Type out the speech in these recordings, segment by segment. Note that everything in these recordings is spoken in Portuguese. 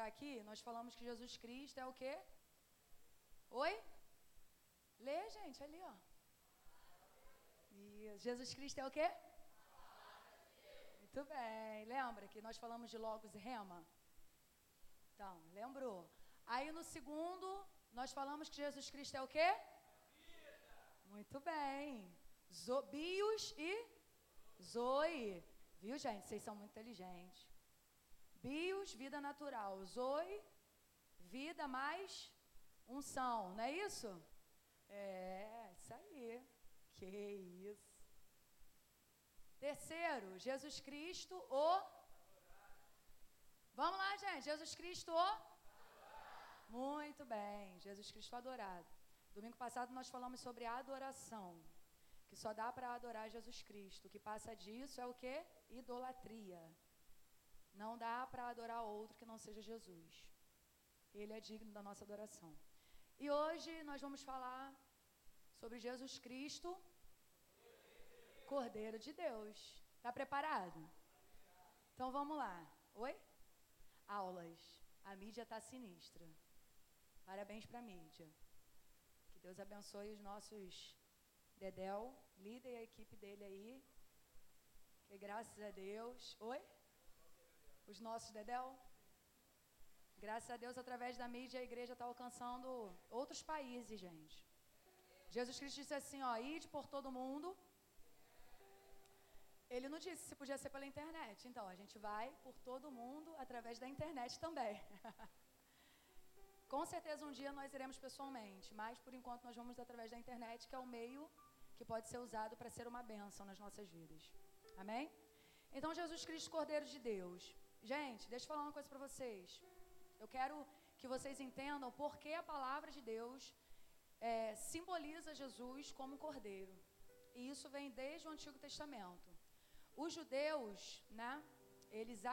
mostrar aqui, nós falamos que Jesus Cristo é o quê? Oi? Lê, gente, ali, ó. Isso. Jesus Cristo é o quê? Muito bem. Lembra que nós falamos de Logos e Rema? Então, lembrou. Aí no segundo, nós falamos que Jesus Cristo é o quê? Muito bem. Bios e Zoe. Viu, gente? Vocês são muito inteligentes. Bios, vida natural. Zoe, vida mais unção. Não é isso? Isso aí. Que isso. Terceiro, Jesus Cristo, o... Vamos lá, gente. Jesus Cristo, o... Muito bem. Jesus Cristo adorado. Domingo passado nós falamos sobre a adoração. Que só dá para adorar Jesus Cristo. O que passa disso é o quê? Idolatria. Não dá para adorar outro que não seja Jesus. Ele é digno da nossa adoração. E hoje nós vamos falar sobre Jesus Cristo, Cordeiro de Deus. Está preparado? Então vamos lá. Oi? Aulas. A mídia está sinistra. Parabéns para a mídia. Que Deus abençoe os nossos Dedéu, líder e a equipe dele aí. Que graças a Deus. Oi? Os nossos Dedéu. Graças a Deus, através da mídia, a igreja está alcançando outros países, gente. Jesus Cristo disse assim, ó, ide por todo mundo. Ele não disse se podia ser pela internet. Então, a gente vai por todo mundo através da internet também. Com certeza um dia nós iremos pessoalmente, mas por enquanto nós vamos através da internet, que é o meio que pode ser usado para ser uma bênção nas nossas vidas. Amém? Então, Jesus Cristo, Cordeiro de Deus. Gente, deixa eu falar uma coisa para vocês. Eu quero que vocês entendam por que a palavra de Deus simboliza Jesus como cordeiro. E isso vem desde o Antigo Testamento. Os judeus, né, eles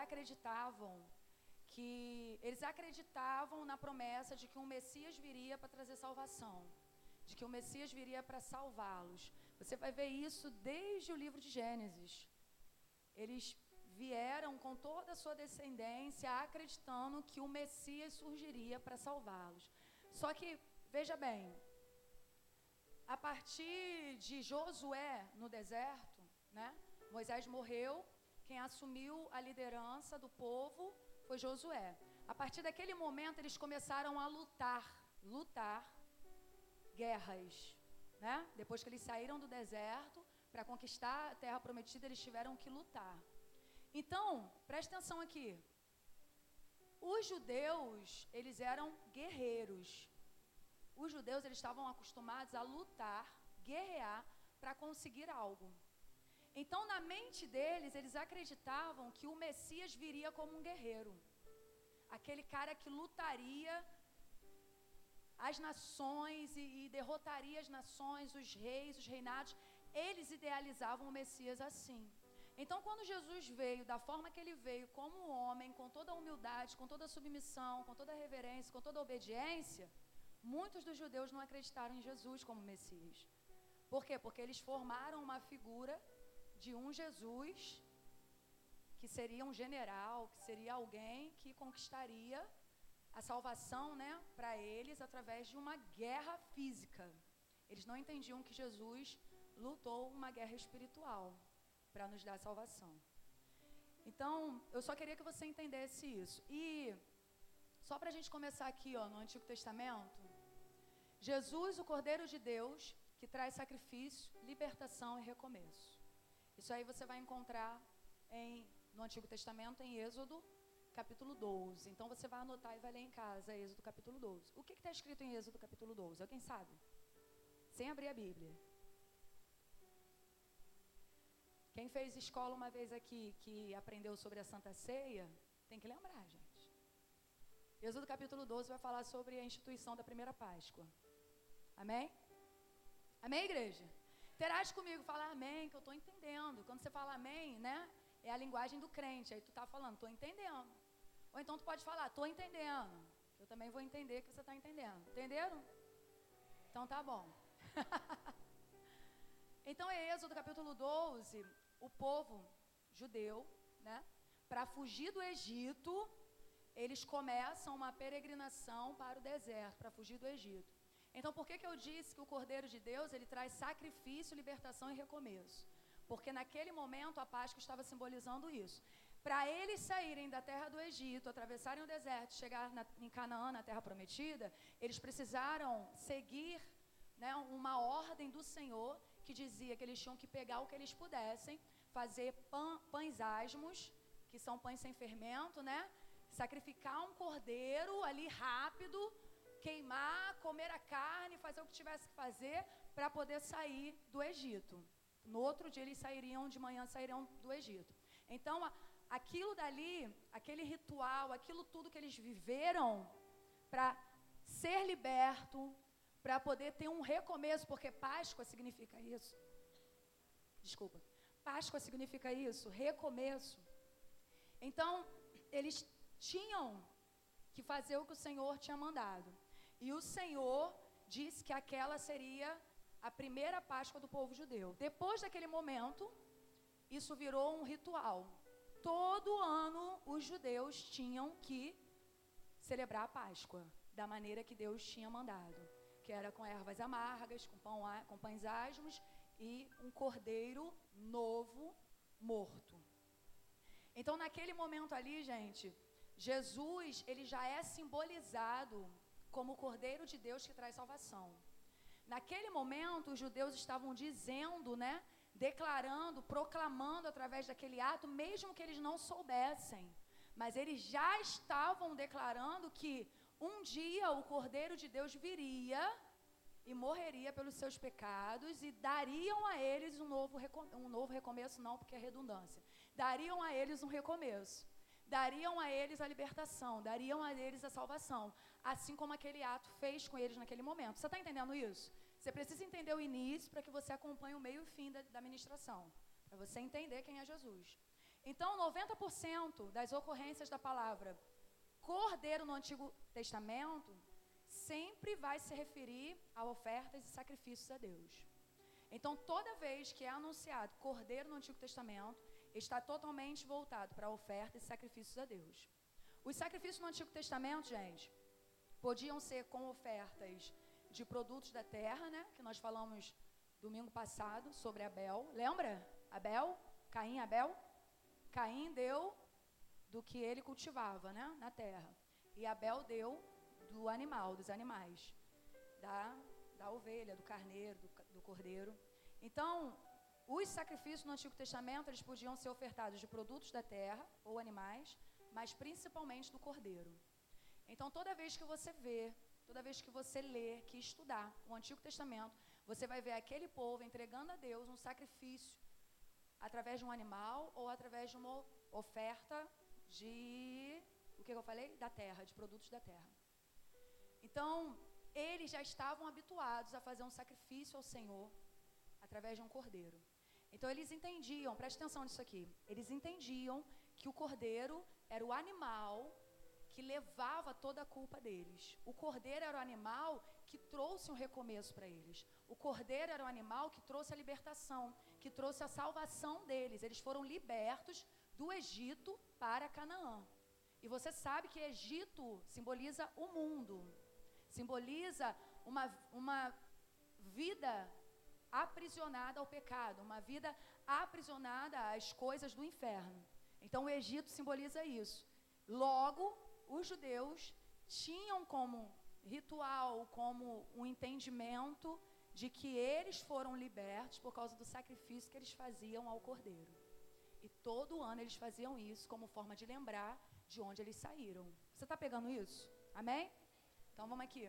acreditavam na promessa de que um Messias viria para trazer salvação, de que o Messias viria para salvá-los. Você vai ver isso desde o livro de Gênesis. Eles vieram com toda a sua descendência acreditando que o Messias surgiria para salvá-los. Só que, veja bem, a partir de Josué no deserto, né, Moisés morreu, quem assumiu a liderança do povo foi Josué. A partir daquele momento eles começaram a lutar guerras, né? Depois que eles saíram do deserto, para conquistar a terra prometida, eles tiveram que lutar. Então, preste atenção aqui. Os judeus, eles eram guerreiros. Os judeus, eles estavam acostumados a lutar, guerrear, para conseguir algo. Então, na mente deles, eles acreditavam que o Messias viria como um guerreiro. Aquele cara que lutaria as nações e derrotaria as nações, os reis, os reinados. Eles idealizavam o Messias assim. Então, quando Jesus veio, da forma que ele veio, como um homem, com toda a humildade, com toda a submissão, com toda a reverência, com toda a obediência, muitos dos judeus não acreditaram em Jesus como Messias. Por quê? Porque eles formaram uma figura de um Jesus que seria um general, que seria alguém que conquistaria a salvação, né, para eles através de uma guerra física. Eles não entendiam que Jesus lutou uma guerra espiritual para nos dar salvação. Então, eu só queria que você entendesse isso. E só para a gente começar aqui, ó, no Antigo Testamento, Jesus, o Cordeiro de Deus, que traz sacrifício, libertação e recomeço. Isso aí você vai encontrar no Antigo Testamento, em Êxodo, capítulo 12. Então, você vai anotar e vai ler em casa, Êxodo, capítulo 12. O que está escrito em Êxodo, capítulo 12? Alguém sabe? Sem abrir a Bíblia. Quem fez escola uma vez aqui, que aprendeu sobre a Santa Ceia, tem que lembrar, gente. Êxodo, capítulo 12, vai falar sobre a instituição da primeira Páscoa. Amém? Amém, igreja? Interage comigo, fala amém, que eu estou entendendo. Quando você fala amém, né, é a linguagem do crente. Aí tu está falando, estou entendendo. Ou então tu pode falar, estou entendendo. Eu também vou entender que você está entendendo. Entenderam? Então tá bom. Então, em Êxodo capítulo 12, o povo judeu, né, para fugir do Egito, eles começam uma peregrinação para o deserto, para fugir do Egito. Então, por que eu disse que o Cordeiro de Deus, ele traz sacrifício, libertação e recomeço? Porque naquele momento a Páscoa estava simbolizando isso. Para eles saírem da terra do Egito, atravessarem o deserto, chegar em Canaã, na terra prometida, eles precisaram seguir, né, uma ordem do Senhor que dizia que eles tinham que pegar o que eles pudessem, fazer pães asmos, que são pães sem fermento, né? Sacrificar um cordeiro ali rápido, queimar, comer a carne, fazer o que tivesse que fazer para poder sair do Egito. No outro dia eles sairiam, de manhã sairiam do Egito. Então, aquilo dali, aquele ritual, aquilo tudo que eles viveram para ser liberto, para poder ter um recomeço, porque Páscoa significa isso. Desculpa. Páscoa significa isso, recomeço. Então, eles tinham que fazer o que o Senhor tinha mandado. E o Senhor disse que aquela seria a primeira Páscoa do povo judeu. Depois daquele momento, isso virou um ritual. Todo ano os judeus tinham que celebrar a Páscoa da maneira que Deus tinha mandado, que era com ervas amargas, com pães asmos e um cordeiro novo morto. Então, naquele momento ali, gente, Jesus, ele já é simbolizado como o Cordeiro de Deus que traz salvação. Naquele momento, os judeus estavam dizendo, né, declarando, proclamando através daquele ato, mesmo que eles não soubessem, mas eles já estavam declarando que um dia o Cordeiro de Deus viria e morreria pelos seus pecados e dariam a eles um novo recomeço, não, porque é redundância, dariam a eles um recomeço, dariam a eles a libertação, dariam a eles a salvação, assim como aquele ato fez com eles naquele momento. Você está entendendo isso? Você precisa entender o início para que você acompanhe o meio e o fim da ministração, para você entender quem é Jesus. Então, 90% das ocorrências da palavra Cordeiro no Antigo Testamento sempre vai se referir a ofertas e sacrifícios a Deus. Então, toda vez que é anunciado Cordeiro no Antigo Testamento, está totalmente voltado para ofertas e sacrifícios a Deus. Os sacrifícios no Antigo Testamento, gente, podiam ser com ofertas de produtos da terra, né? Que nós falamos domingo passado sobre Abel. Lembra? Abel? Caim e Abel? Caim deu do que ele cultivava, né? Na terra. E Abel deu do animal, dos animais. Da ovelha, do carneiro, do cordeiro. Então, os sacrifícios no Antigo Testamento, eles podiam ser ofertados de produtos da terra ou animais, mas principalmente do cordeiro. Então, toda vez que você vê, toda vez que você lê, que estudar o Antigo Testamento, você vai ver aquele povo entregando a Deus um sacrifício através de um animal ou através de uma oferta de, o que eu falei? Da terra, de produtos da terra. Então, eles já estavam habituados a fazer um sacrifício ao Senhor através de um cordeiro. Então, eles entendiam, preste atenção nisso aqui, eles entendiam que o cordeiro era o animal que levava toda a culpa deles. O cordeiro era o animal que trouxe um recomeço para eles. O cordeiro era o animal que trouxe a libertação, que trouxe a salvação deles. Eles foram libertos do Egito para Canaã. E você sabe que Egito simboliza o mundo, simboliza uma vida aprisionada ao pecado, uma vida aprisionada às coisas do inferno. Então o Egito simboliza isso. Logo, os judeus tinham como ritual, como um entendimento de que eles foram libertos por causa do sacrifício que eles faziam ao cordeiro. E todo ano eles faziam isso como forma de lembrar de onde eles saíram. Você está pegando isso? Amém? Então vamos aqui.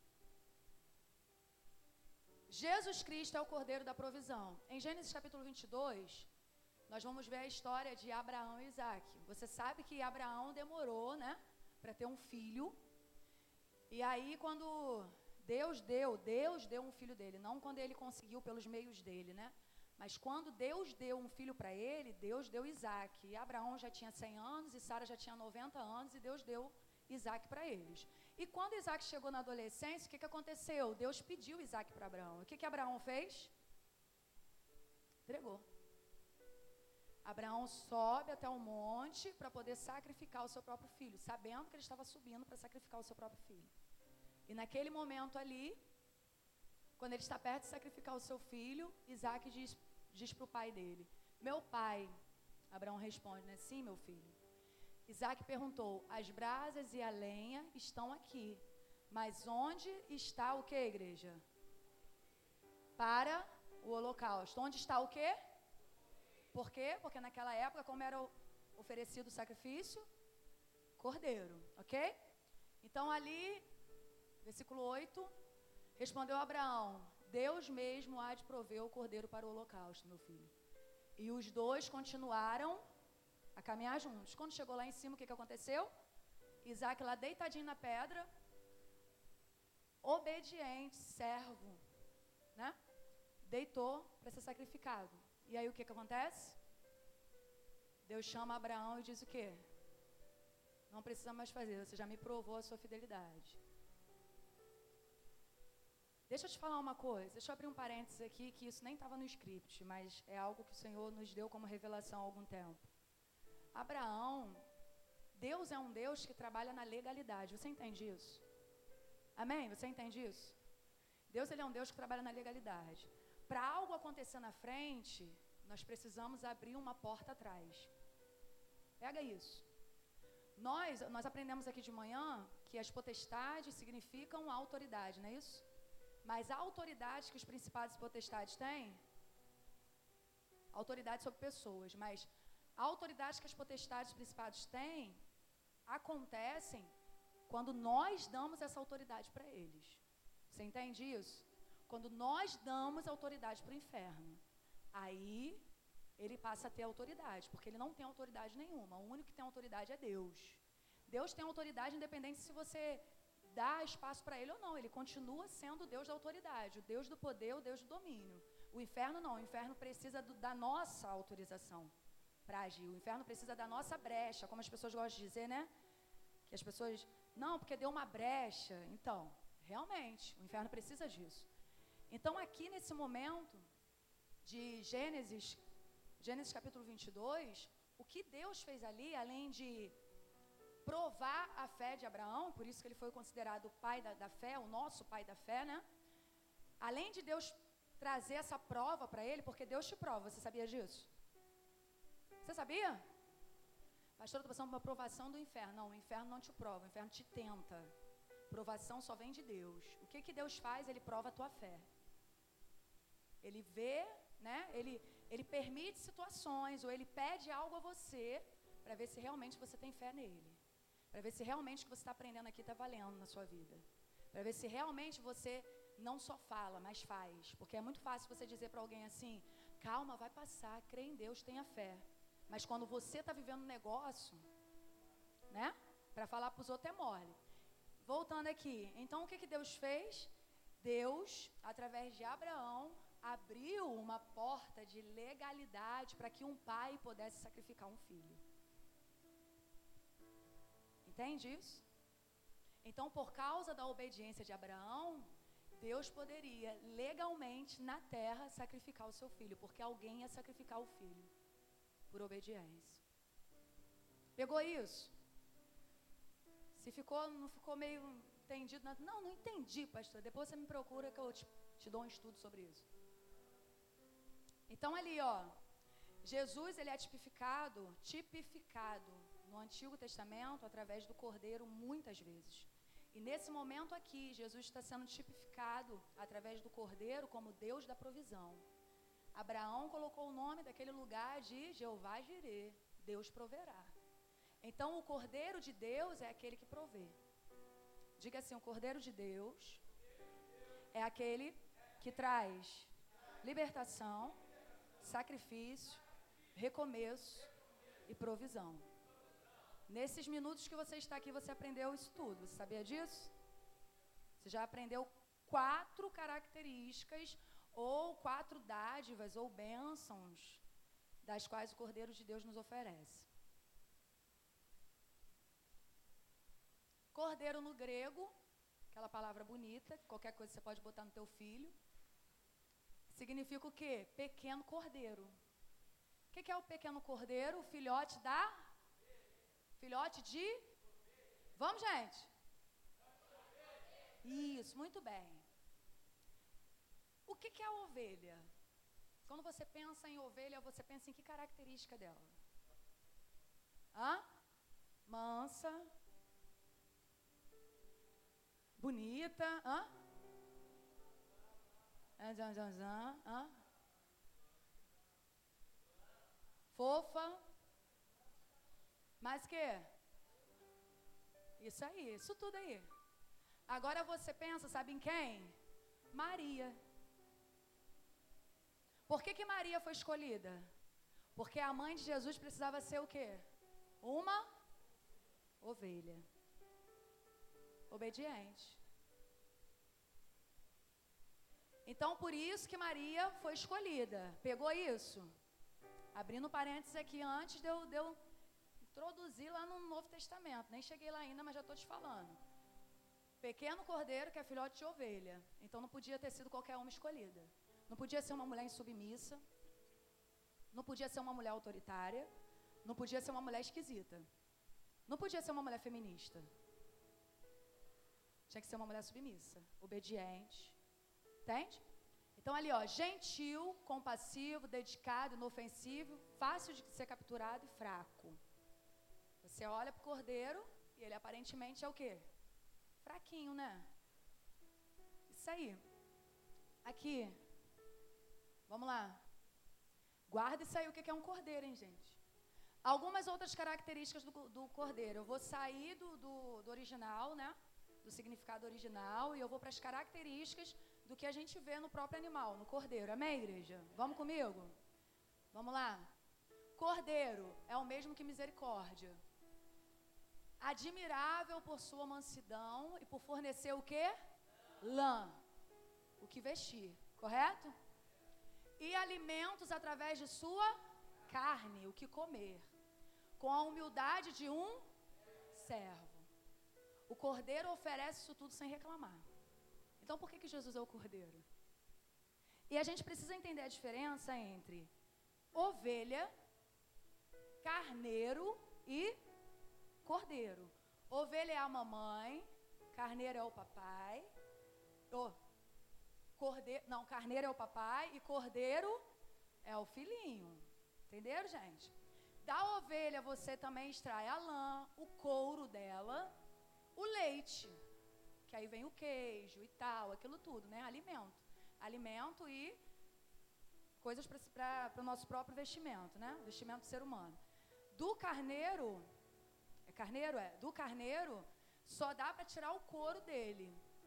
Jesus Cristo é o Cordeiro da provisão. Em Gênesis capítulo 22, nós vamos ver a história de Abraão e Isaac. Você sabe que Abraão demorou, né, para ter um filho. E aí quando Deus deu um filho dele, não quando ele conseguiu pelos meios dele, né? Mas quando Deus deu um filho para ele, Deus deu Isaac. E Abraão já tinha 100 anos e Sara já tinha 90 anos e Deus deu Isaac para eles. E quando Isaac chegou na adolescência, o que aconteceu? Deus pediu Isaac para Abraão. O que Abraão fez? Entregou. Abraão sobe até o monte para poder sacrificar o seu próprio filho, sabendo que ele estava subindo para sacrificar o seu próprio filho. E naquele momento ali, quando ele está perto de sacrificar o seu filho, Isaac diz para o pai dele: meu pai. Abraão responde, né? Sim, meu filho. Isaac perguntou: as brasas e a lenha estão aqui, mas onde está o que, igreja? Para o holocausto. Onde está o quê? Por quê? Porque naquela época, como era oferecido o sacrifício? Cordeiro, ok? Então ali, versículo 8, respondeu Abraão: Deus mesmo há de prover o cordeiro para o holocausto, meu filho. E os dois continuaram a caminhar juntos. Quando chegou lá em cima, o que aconteceu? Isaac lá deitadinho na pedra, obediente, servo, né? Deitou para ser sacrificado. E aí o que acontece? Deus chama Abraão e diz o quê? Não precisa mais fazer, você já me provou a sua fidelidade. Deixa eu te falar uma coisa, deixa eu abrir um parênteses aqui, que isso nem estava no script, mas é algo que o Senhor nos deu como revelação há algum tempo. Abraão, Deus é um Deus que trabalha na legalidade, você entende isso? Amém? Você entende isso? Deus, ele é um Deus que trabalha na legalidade. Para algo acontecer na frente, nós precisamos abrir uma porta atrás. Pega isso. Nós aprendemos aqui de manhã que as potestades significam a autoridade, não é isso? Mas a autoridade que os principados e potestades têm, autoridade sobre pessoas, mas a autoridade que as potestades e principados têm, acontecem quando nós damos essa autoridade para eles. Você entende isso? Quando nós damos autoridade para o inferno, aí ele passa a ter autoridade, porque ele não tem autoridade nenhuma. O único que tem autoridade é Deus. Deus tem autoridade independente se você dá espaço para ele ou não. Ele continua sendo o Deus da autoridade, o Deus do poder, o Deus do domínio. O inferno não, o inferno precisa da nossa autorização para agir. O inferno precisa da nossa brecha, como as pessoas gostam de dizer, né? Que as pessoas, não, porque deu uma brecha. Então, realmente, o inferno precisa disso. Então, aqui nesse momento de Gênesis capítulo 22, o que Deus fez ali, além de provar a fé de Abraão, por isso que ele foi considerado o pai da fé, o nosso pai da fé, né? Além de Deus trazer essa prova para ele, porque Deus te prova, você sabia disso? Você sabia? Pastor, eu estou passando por uma provação do inferno. Não, o inferno não te prova, o inferno te tenta. Provação só vem de Deus. O que Deus faz? Ele prova a tua fé. Ele vê, né? Ele permite situações, ou ele pede algo a você, para ver se realmente você tem fé nele. Para ver se realmente o que você está aprendendo aqui está valendo na sua vida. Para ver se realmente você não só fala, mas faz. Porque é muito fácil você dizer para alguém assim: calma, vai passar, crê em Deus, tenha fé. Mas quando você está vivendo um negócio, né? Para falar para os outros é mole. Voltando aqui, então o que Deus fez? Deus, através de Abraão, abriu uma porta de legalidade para que um pai pudesse sacrificar um filho. Entende isso? Então, por causa da obediência de Abraão, Deus poderia legalmente na terra sacrificar o seu filho, porque alguém ia sacrificar o filho por obediência. Pegou isso? Se não ficou meio entendido, não entendi, pastor. Depois você me procura que eu te dou um estudo sobre isso. Então ali, ó, Jesus, ele é tipificado no Antigo Testamento através do Cordeiro muitas vezes. E nesse momento aqui, Jesus está sendo tipificado através do Cordeiro como Deus da provisão. Abraão colocou o nome daquele lugar de Jeová Jirê, Deus proverá. Então o Cordeiro de Deus é aquele que provê. Diga assim: o Cordeiro de Deus é aquele que traz libertação, sacrifício, recomeço e provisão. Nesses minutos que você está aqui, você aprendeu isso tudo. Você sabia disso? Você já aprendeu 4 características ou 4 dádivas ou bênçãos das quais o Cordeiro de Deus nos oferece. Cordeiro no grego, aquela palavra bonita, qualquer coisa você pode botar no teu filho, significa o quê? Pequeno cordeiro. que é o pequeno cordeiro? O filhote da... Filhote de... Vamos, gente? Isso, muito bem. O que é a ovelha? Quando você pensa em ovelha, você pensa em que característica dela? Hã? Mansa. Bonita. Hã? Hã? Fofa. Mais que? Isso aí, isso tudo aí. Agora você pensa, sabe em quem? Maria. Por que Maria foi escolhida? Porque a mãe de Jesus precisava ser o quê? Uma ovelha. Obediente. Então, por isso que Maria foi escolhida. Pegou isso? Abrindo parênteses aqui antes de eu introduzir lá no Novo Testamento. Nem cheguei lá ainda, mas já estou te falando. Pequeno cordeiro que é filhote de ovelha. Então não podia ter sido qualquer uma escolhida. Não podia ser uma mulher insubmissa. Não podia ser uma mulher autoritária. Não podia ser uma mulher esquisita. Não podia ser uma mulher feminista. Tinha que ser uma mulher submissa, obediente. Entende? Então ali, ó, gentil, compassivo, dedicado, inofensivo, fácil de ser capturado e fraco. Você olha para o cordeiro e ele aparentemente é o quê? Fraquinho, né? Isso aí. Aqui. Vamos lá. Guarda isso aí, o que é um cordeiro, hein, gente? Algumas outras características do cordeiro. Eu vou sair do original, né? Do significado original, e eu vou para as características do que a gente vê no próprio animal, no cordeiro. Amém, igreja? Vamos comigo? Vamos lá. Cordeiro é o mesmo que misericórdia. Admirável por sua mansidão e por fornecer o quê? Lã. O que vestir, correto? E alimentos através de sua carne, o que comer. Com a humildade de um servo. O cordeiro oferece isso tudo sem reclamar. Então, por que Jesus é o cordeiro? E a gente precisa entender a diferença entre ovelha, carneiro e cordeiro. Ovelha é a mamãe, carneiro é o papai. Carneiro é o papai e cordeiro é o filhinho. Entenderam, gente? Da ovelha você também extrai a lã, o couro dela, o leite, que aí vem o queijo e tal, aquilo tudo, né? Alimento. Alimento e coisas para o nosso próprio vestimento, né? Vestimento do ser humano. Do carneiro, do carneiro, só dá para tirar o couro dele.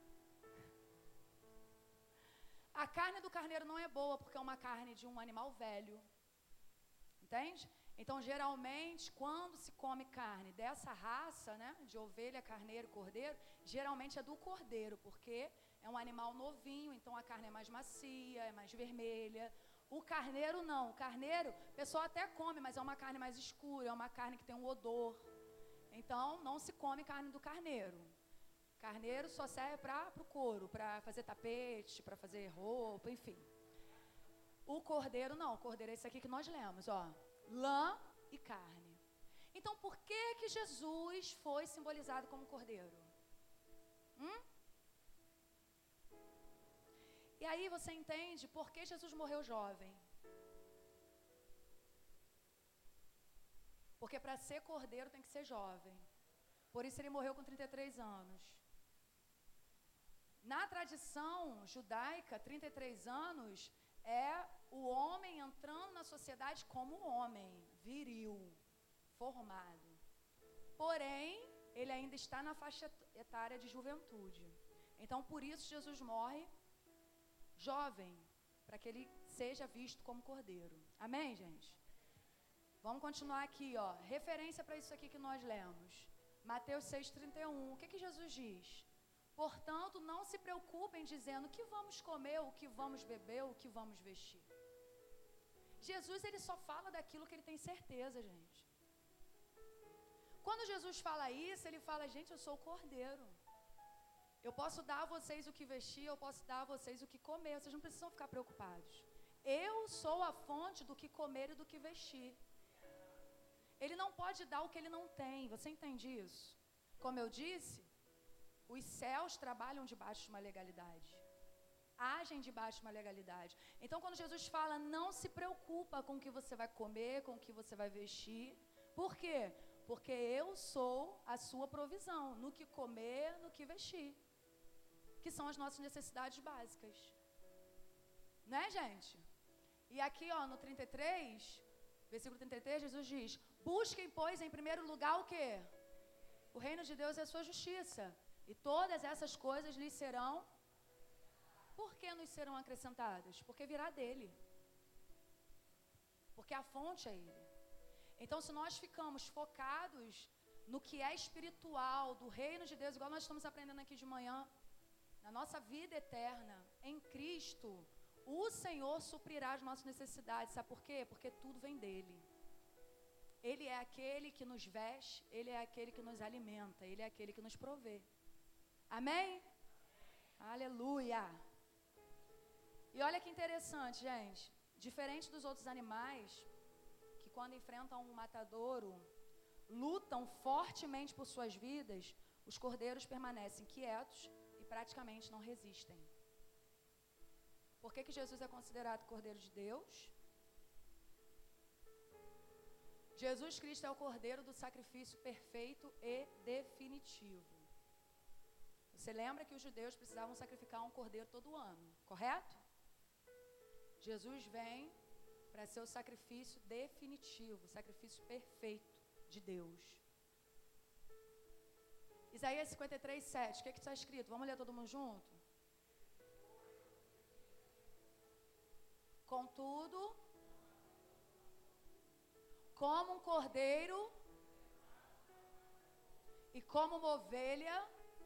A carne do carneiro não é boa porque é uma carne de um animal velho. Entende? Então, geralmente, quando se come carne dessa raça, né, de ovelha, carneiro, cordeiro, geralmente é do cordeiro, porque é um animal novinho, então a carne é mais macia, é mais vermelha. O carneiro não. O carneiro, o pessoal até come, mas é uma carne mais escura, é uma carne que tem um odor. Então, não se come carne do carneiro. Carneiro só serve para o couro, para fazer tapete, para fazer roupa, enfim. O cordeiro não. O cordeiro é esse aqui que nós lemos, ó. Lã e carne. Então, por que Jesus foi simbolizado como cordeiro? E aí você entende por que Jesus morreu jovem. Porque para ser cordeiro tem que ser jovem. Por isso ele morreu com 33 anos. Na tradição judaica, 33 anos é o homem entrando na sociedade como homem, viril, formado. Porém, ele ainda está na faixa etária de juventude. Então, por isso, Jesus morre jovem, para que ele seja visto como cordeiro. Amém, gente? Vamos continuar aqui, ó. Referência para isso aqui que nós lemos. Mateus 6,31. O que Jesus diz? Portanto, não se preocupem dizendo o que vamos comer, o que vamos beber, o que vamos vestir. Jesus, ele só fala daquilo que ele tem certeza, gente. Quando Jesus fala isso, ele fala, gente, eu sou o cordeiro. Eu posso dar a vocês o que vestir, eu posso dar a vocês o que comer. Vocês não precisam ficar preocupados. Eu sou a fonte do que comer e do que vestir. Ele não pode dar o que ele não tem. Você entende isso? Como eu disse, os céus trabalham debaixo de uma legalidade. Agem debaixo de uma legalidade. Então, quando Jesus fala, não se preocupa com o que você vai comer, com o que você vai vestir. Por quê? Porque eu sou a sua provisão, no que comer, no que vestir. Que são as nossas necessidades básicas. Né, gente? E aqui, ó, no 33, versículo 33, Jesus diz, busquem, pois, em primeiro lugar o quê? O reino de Deus é a sua justiça. E todas essas coisas lhes serão... Por que nos serão acrescentadas? Porque virá dele. Porque a fonte é ele. Então, se nós ficamos focados no que é espiritual, do reino de Deus, igual nós estamos aprendendo aqui de manhã, na nossa vida eterna, em Cristo, o Senhor suprirá as nossas necessidades. Sabe por quê? Porque tudo vem dele. Ele é aquele que nos veste, ele é aquele que nos alimenta, ele é aquele que nos provê. Amém? Aleluia! E olha que interessante, gente. Diferente dos outros animais, que quando enfrentam um matadouro, lutam fortemente por suas vidas, os cordeiros permanecem quietos e praticamente não resistem. Por que Jesus é considerado Cordeiro de Deus? Jesus Cristo é o Cordeiro do sacrifício perfeito e definitivo. Você lembra que os judeus precisavam sacrificar um cordeiro todo ano, correto? Jesus vem para ser o sacrifício definitivo, o sacrifício perfeito de Deus. Isaías 53, 7, o que está escrito? Vamos ler todo mundo junto? Contudo, como um cordeiro e como uma ovelha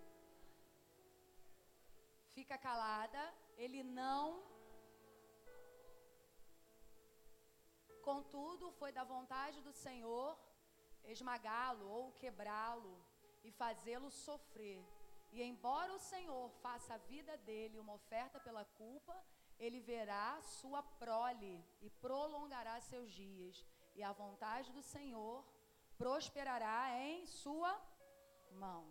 fica calada, ele não... Contudo, foi da vontade do Senhor esmagá-lo ou quebrá-lo e fazê-lo sofrer. E embora o Senhor faça a vida dele uma oferta pela culpa, ele verá sua prole e prolongará seus dias. E a vontade do Senhor prosperará em sua mão.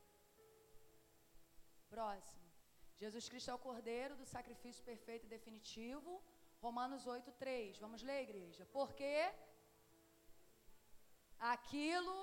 Próximo. Jesus Cristo é o Cordeiro do sacrifício perfeito e definitivo. Romanos 8, 3. Vamos ler, igreja? Porque aquilo...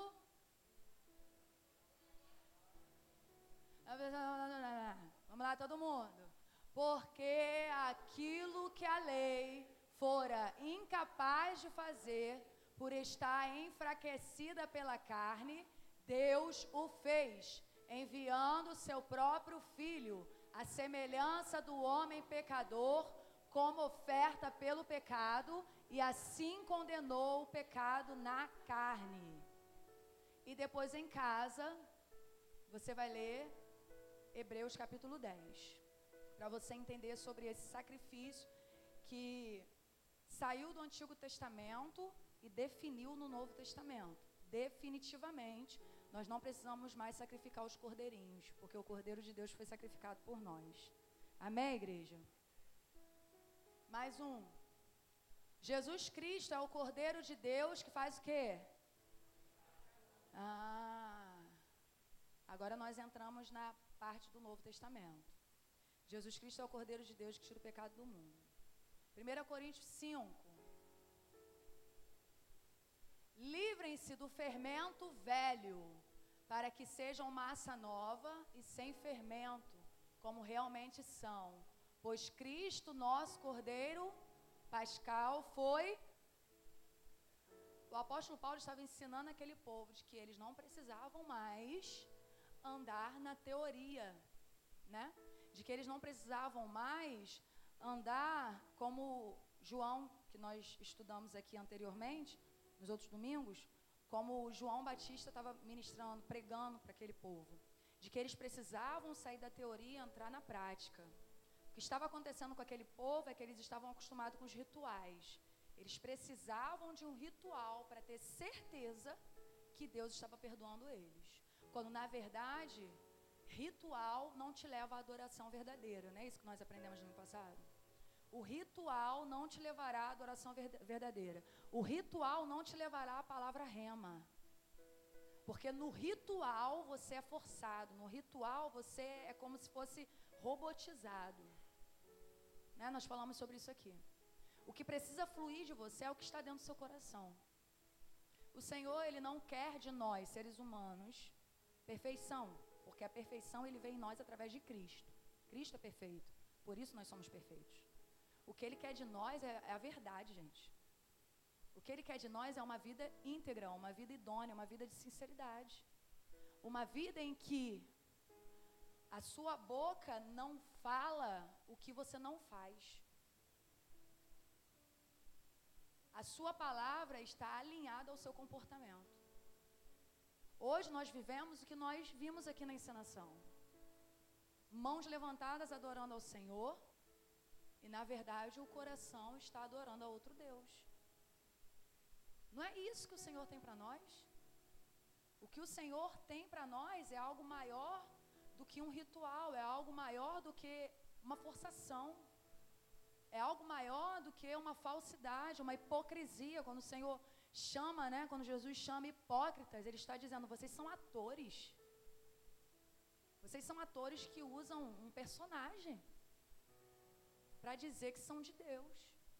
Vamos lá, todo mundo. Porque aquilo que a lei fora incapaz de fazer, por estar enfraquecida pela carne, Deus o fez, enviando seu próprio Filho, à semelhança do homem pecador, como oferta pelo pecado, e assim condenou o pecado na carne. E depois em casa, você vai ler Hebreus capítulo 10, para você entender sobre esse sacrifício que saiu do Antigo Testamento e definiu no Novo Testamento. Definitivamente, nós não precisamos mais sacrificar os cordeirinhos, porque o Cordeiro de Deus foi sacrificado por nós. Amém, igreja? Mais um. Jesus Cristo é o Cordeiro de Deus que faz o quê? Agora nós entramos na parte do Novo Testamento. Jesus Cristo é o Cordeiro de Deus que tira o pecado do mundo. 1 Coríntios 5. Livrem-se do fermento velho, para que sejam massa nova e sem fermento, como realmente são. Pois Cristo, nosso Cordeiro Pascal, foi... O apóstolo Paulo estava ensinando aquele povo de que eles não precisavam mais andar na teoria, né? De que eles não precisavam mais andar como João, que nós estudamos aqui anteriormente, nos outros domingos, como João Batista estava ministrando, pregando para aquele povo, de que eles precisavam sair da teoria e entrar na prática. O que estava acontecendo com aquele povo é que eles estavam acostumados com os rituais. Eles precisavam de um ritual para ter certeza que Deus estava perdoando eles. Quando, na verdade, ritual não te leva à adoração verdadeira. Não é isso que nós aprendemos no ano passado? O ritual não te levará à adoração verdadeira. O ritual não te levará à palavra rema. Porque no ritual você é forçado. No ritual você é como se fosse robotizado. Né? Nós falamos sobre isso aqui. O que precisa fluir de você é o que está dentro do seu coração. O Senhor, Ele não quer de nós, seres humanos, perfeição. Porque a perfeição, Ele vem em nós através de Cristo. Cristo é perfeito. Por isso nós somos perfeitos. O que Ele quer de nós é a verdade, gente. O que Ele quer de nós é uma vida íntegra, uma vida idônea, uma vida de sinceridade. Uma vida em que a sua boca não fala o que você não faz. A sua palavra está alinhada ao seu comportamento. Hoje nós vivemos o que nós vimos aqui na encenação. Mãos levantadas adorando ao Senhor, e na verdade o coração está adorando a outro Deus. Não é isso que o Senhor tem para nós? O que o Senhor tem para nós é algo maior do que um ritual, é algo maior do que uma forçação. É algo maior do que uma falsidade, uma hipocrisia. Quando o Senhor chama, né, quando Jesus chama hipócritas, Ele está dizendo, vocês são atores. Vocês são atores que usam um personagem para dizer que são de Deus.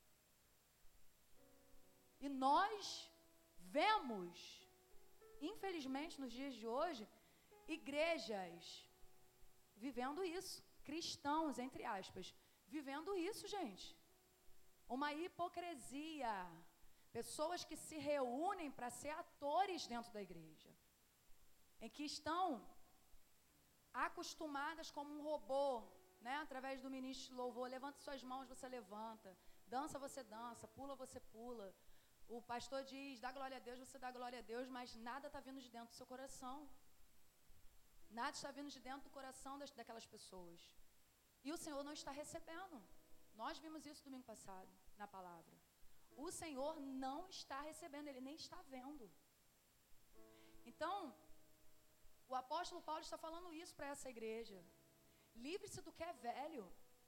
E nós vemos, infelizmente, nos dias de hoje, igrejas vivendo isso, cristãos, entre aspas, vivendo isso, gente. Uma hipocrisia. Pessoas que se reúnem para ser atores dentro da igreja. Em que estão acostumadas como um robô, né? Através do ministro de louvor, levanta suas mãos, você levanta. Dança, você dança. Pula, você pula. O pastor diz, dá glória a Deus, você dá glória a Deus, mas nada está vindo de dentro do seu coração. Nada está vindo de dentro do coração daquelas pessoas. E o Senhor não está recebendo. Nós vimos isso domingo passado, na palavra. O Senhor não está recebendo, Ele nem está vendo. Então, o apóstolo Paulo está falando isso para essa igreja. Livre-se do que é velho.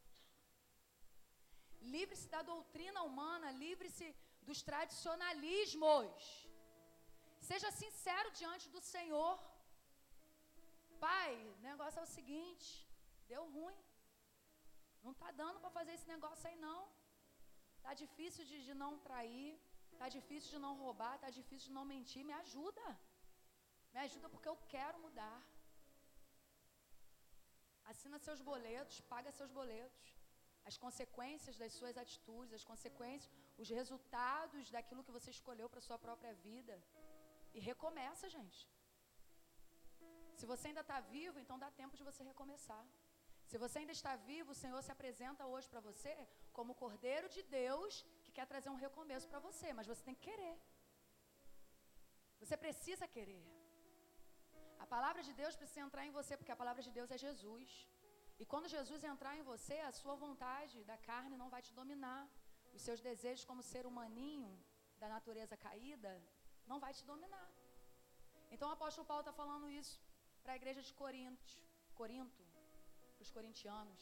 Livre-se da doutrina humana, livre-se dos tradicionalismos. Seja sincero diante do Senhor. Pai, o negócio é o seguinte, deu ruim. Não está dando para fazer esse negócio aí não. Está difícil de não trair, está difícil de não roubar, está difícil de não mentir. Me ajuda. Me ajuda porque eu quero mudar. Assina seus boletos, paga seus boletos. As consequências das suas atitudes, as consequências, os resultados daquilo que você escolheu para a sua própria vida. E recomeça, gente. Se você ainda está vivo, então dá tempo de você recomeçar. Se você ainda está vivo, o Senhor se apresenta hoje para você como o Cordeiro de Deus que quer trazer um recomeço para você, mas você tem que querer. Você precisa querer. A palavra de Deus precisa entrar em você, porque a palavra de Deus é Jesus. E quando Jesus entrar em você, a sua vontade da carne não vai te dominar. Os seus desejos como ser humaninho, da natureza caída, não vai te dominar. Então o apóstolo Paulo está falando isso para a igreja de Corinto, para os corintianos.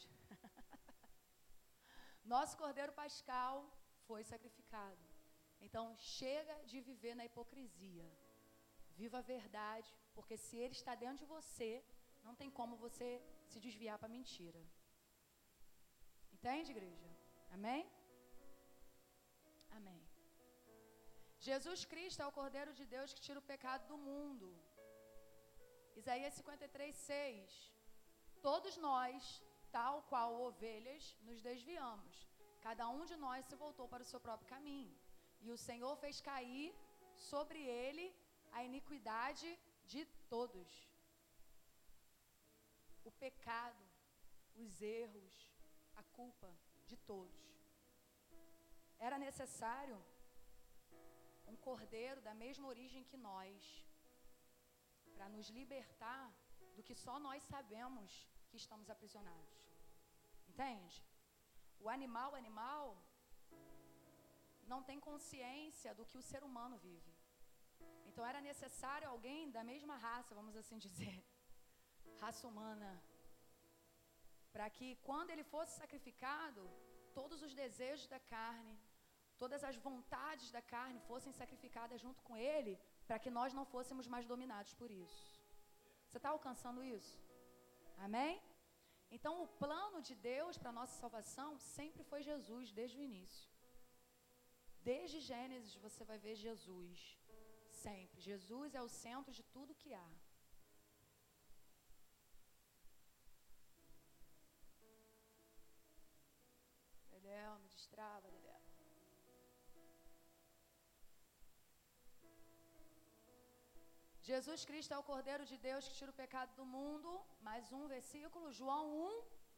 Nosso Cordeiro Pascal foi sacrificado. Então chega de viver na hipocrisia. Viva a verdade, porque se Ele está dentro de você, não tem como você se desviar para a mentira. Entende, igreja? Amém? Amém. Jesus Cristo é o Cordeiro de Deus que tira o pecado do mundo. Isaías 53:6. Todos nós, tal qual ovelhas, nos desviamos. Cada um de nós se voltou para o seu próprio caminho. E o Senhor fez cair sobre ele a iniquidade de todos. O pecado, os erros, a culpa de todos. Era necessário um cordeiro da mesma origem que nós, para nos libertar do que só nós sabemos que estamos aprisionados. Entende? O animal não tem consciência do que o ser humano vive. Então era necessário alguém da mesma raça, vamos assim dizer, raça humana, para que quando ele fosse sacrificado, todos os desejos da carne, todas as vontades da carne fossem sacrificadas junto com ele, para que nós não fôssemos mais dominados por isso. Você está alcançando isso? Amém? Então, o plano de Deus para a nossa salvação sempre foi Jesus, desde o início. Desde Gênesis você vai ver Jesus, sempre. Jesus é o centro de tudo que há. Dedéu, me destrava, Dedéu. Jesus Cristo é o Cordeiro de Deus que tira o pecado do mundo. Mais um versículo, João 1.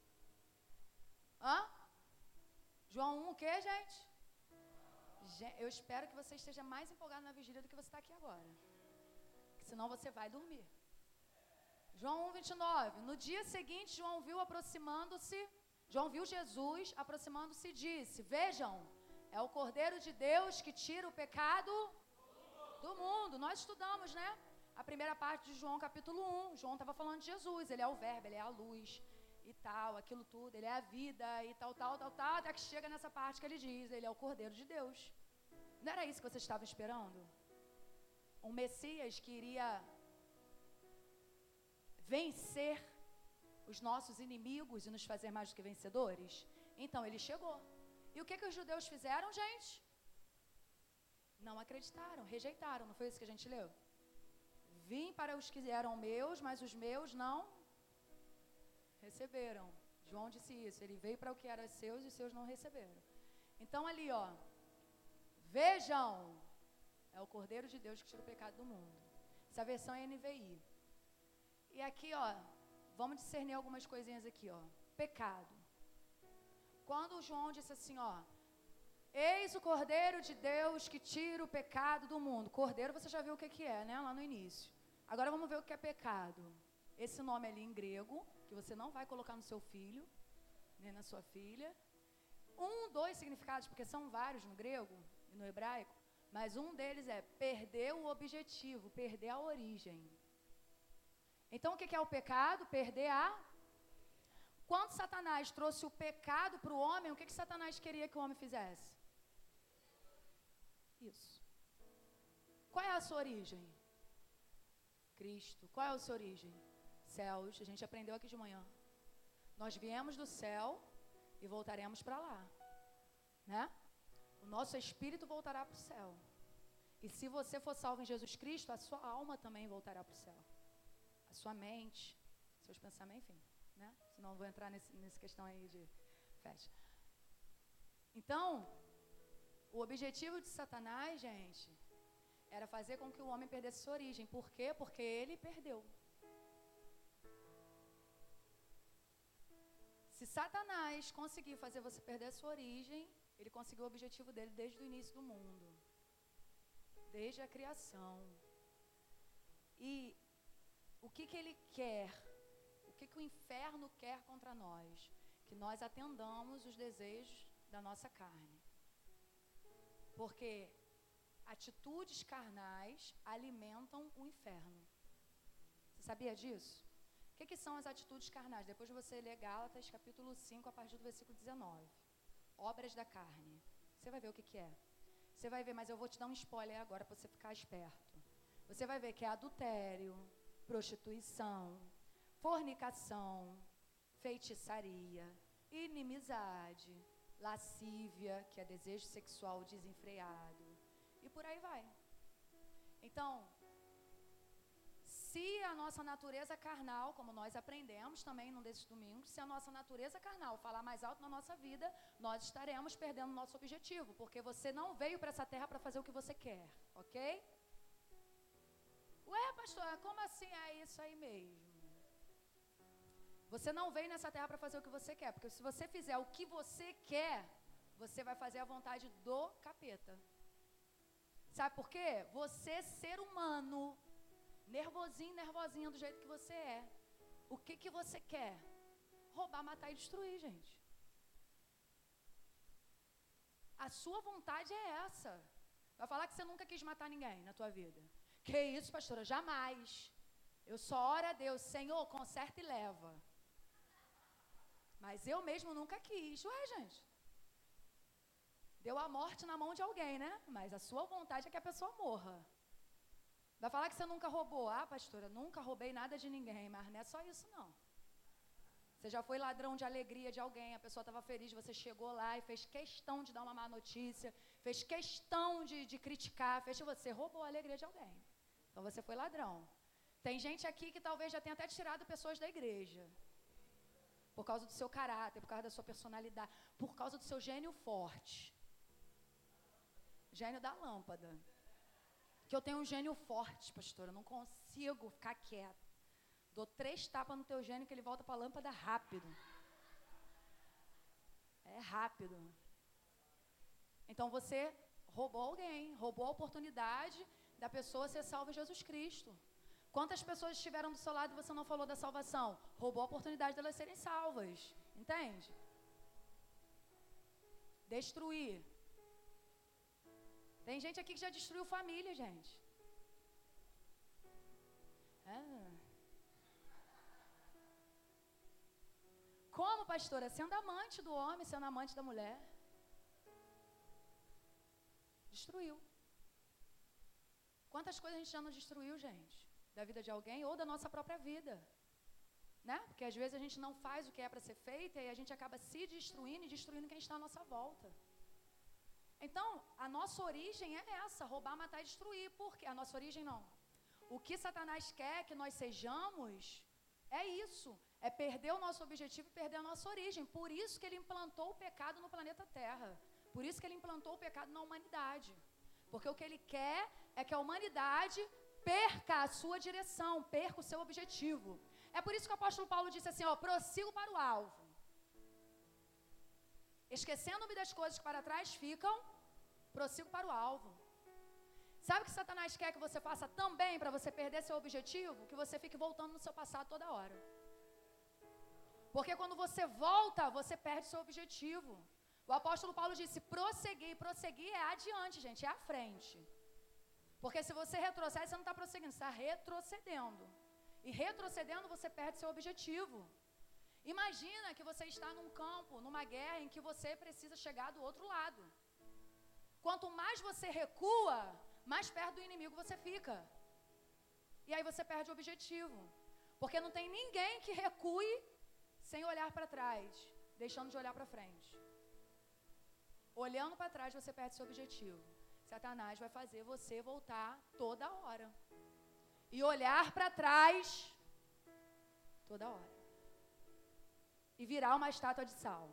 João 1 o quê, gente? Eu espero que você esteja mais empolgado na vigília do que você está aqui agora. Porque senão você vai dormir. João 1, 29. No dia seguinte, João viu Jesus aproximando-se e disse: Vejam, é o Cordeiro de Deus que tira o pecado do mundo. Nós estudamos, né? A primeira parte de João capítulo 1. João estava falando de Jesus. Ele é o verbo, ele é a luz e tal, aquilo tudo. Ele é a vida e tal, até que chega nessa parte que ele diz: ele é o Cordeiro de Deus. Não era isso que você estava esperando? Um Messias que iria vencer os nossos inimigos e nos fazer mais do que vencedores? Então, ele chegou. E o que os judeus fizeram, gente? Não acreditaram, rejeitaram. Não foi isso que a gente leu? Vim para os que eram meus, mas os meus não receberam. João disse isso. Ele veio para o que era seus e os seus não receberam. Então, ali, vejam, é o Cordeiro de Deus que tira o pecado do mundo. Essa versão é NVI. E aqui, vamos discernir algumas coisinhas aqui, Pecado. Quando João disse assim, eis o Cordeiro de Deus que tira o pecado do mundo. Cordeiro você já viu o que é, né? Lá no início. Agora vamos ver o que é pecado. Esse nome ali em grego, que você não vai colocar no seu filho, nem na sua filha. 2 significados, porque são vários no grego e no hebraico, mas um deles é perder o objetivo, perder a origem. Então o que é o pecado? Perder a... Quando Satanás trouxe o pecado para o homem, o que Satanás queria que o homem fizesse? Isso. Qual é a sua origem? Cristo. Qual é a sua origem? Céus. A gente aprendeu aqui de manhã. Nós viemos do céu e voltaremos para lá, né? O nosso espírito voltará para o céu. E se você for salvo em Jesus Cristo, a sua alma também voltará para o céu. A sua mente, seus pensamentos, enfim, né? Senão eu vou entrar nessa questão aí de festa. Então, o objetivo de Satanás, gente, era fazer com que o homem perdesse sua origem. Por quê? Porque ele perdeu. Se Satanás conseguir fazer você perder a sua origem, ele conseguiu o objetivo dele desde o início do mundo. Desde a criação. E o que ele quer? O que o inferno quer contra nós? Que nós atendamos os desejos da nossa carne. Porque atitudes carnais alimentam o inferno. Você sabia disso? O que são as atitudes carnais? Depois de você ler Gálatas, capítulo 5, a partir do versículo 19. Obras da carne. Você vai ver o que é. Você vai ver, mas eu vou te dar um spoiler agora para você ficar esperto. Você vai ver que é adultério, prostituição, fornicação, feitiçaria, inimizade, lascívia, que é desejo sexual desenfreado, e por aí vai. Então, se a nossa natureza carnal, como nós aprendemos também num desses domingos, se a nossa natureza carnal falar mais alto na nossa vida, nós estaremos perdendo o nosso objetivo, porque você não veio para essa terra para fazer o que você quer, ok? Ué, pastor, como assim é isso aí mesmo? Você não veio nessa terra para fazer o que você quer, porque se você fizer o que você quer, você vai fazer a vontade do capeta. Sabe por quê? Você, ser humano, nervosinho, nervosinha do jeito que você é, o que você quer? Roubar, matar e destruir, gente. A sua vontade é essa. Vai falar que você nunca quis matar ninguém na tua vida. Que isso, pastora? Jamais. Eu só oro a Deus, Senhor, conserta e leva. Mas eu mesmo nunca quis. Ué, gente, Deu a morte na mão de alguém, né? Mas a sua vontade é que a pessoa morra. Vai falar que você nunca roubou. Ah, pastora, nunca roubei nada de ninguém. Mas não é só isso, não. Você já foi ladrão de alegria de alguém, a pessoa estava feliz, você chegou lá e fez questão de dar uma má notícia, fez questão de criticar, você roubou a alegria de alguém. Então você foi ladrão. Tem gente aqui que talvez já tenha até tirado pessoas da igreja, por causa do seu caráter, por causa da sua personalidade, por causa do seu gênio forte. Gênio da lâmpada. Que eu tenho um gênio forte, pastora, eu não consigo ficar quieto. Dou 3 tapas no teu gênio que ele volta para a lâmpada rápido. É rápido. Então você roubou alguém, roubou a oportunidade da pessoa ser salva em Jesus Cristo. Quantas pessoas estiveram do seu lado e você não falou da salvação? Roubou a oportunidade delas serem salvas. Entende? Destruir. Tem gente aqui que já destruiu família, gente. Como, pastora? Sendo amante do homem, sendo amante da mulher. Destruiu. Quantas coisas a gente já não destruiu, gente? Da vida de alguém ou da nossa própria vida. Né? Porque às vezes a gente não faz o que é para ser feito e a gente acaba se destruindo e destruindo quem está à nossa volta. Então, a nossa origem é essa, roubar, matar e destruir. Por quê? A nossa origem não. O que Satanás quer que nós sejamos é isso. É perder o nosso objetivo e perder a nossa origem. Por isso que ele implantou o pecado no planeta Terra. Por isso que ele implantou o pecado na humanidade. Porque o que ele quer é que a humanidade perca a sua direção, perca o seu objetivo. É por isso que o apóstolo Paulo disse assim, ó, prossigo para o alvo. Esquecendo-me das coisas que para trás ficam, prossigo para o alvo. Sabe o que Satanás quer que você faça também para você perder seu objetivo? Que você fique voltando no seu passado toda hora. Porque quando você volta, você perde seu objetivo. O apóstolo Paulo disse, prosseguir. Prosseguir é adiante, gente, é à frente. Porque se você retrocede, você não está prosseguindo, você está retrocedendo. E retrocedendo, você perde seu objetivo. Imagina que você está num campo, numa guerra, em que você precisa chegar do outro lado. Quanto mais você recua, mais perto do inimigo você fica. E aí você perde o objetivo. Porque não tem ninguém que recue sem olhar para trás, deixando de olhar para frente. Olhando para trás, você perde seu objetivo. Satanás vai fazer você voltar toda hora. E olhar para trás toda hora. E virar uma estátua de sal.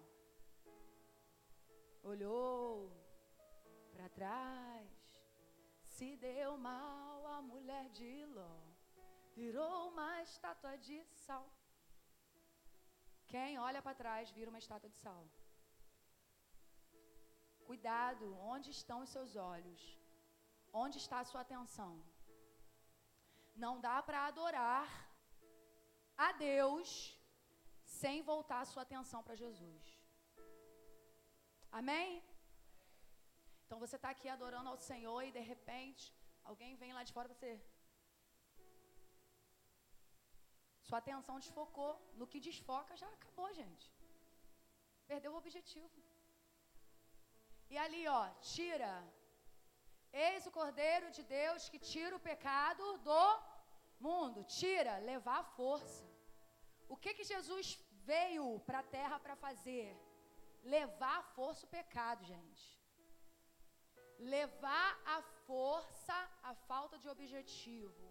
Olhou para trás, se deu mal a mulher de Ló, virou uma estátua de sal. Quem olha para trás vira uma estátua de sal. Cuidado, onde estão os seus olhos? Onde está a sua atenção? Não dá para adorar a Deus sem voltar a sua atenção para Jesus. Amém? Então você está aqui adorando ao Senhor e de repente alguém vem lá de fora e você... Sua atenção desfocou. No que desfoca já acabou, gente. Perdeu o objetivo. E ali, ó, tira. Eis o Cordeiro de Deus que tira o pecado do mundo. Tira, levar a força. O que Jesus veio para a terra para fazer? Levar a força o pecado, gente. Levar a força a falta de objetivo.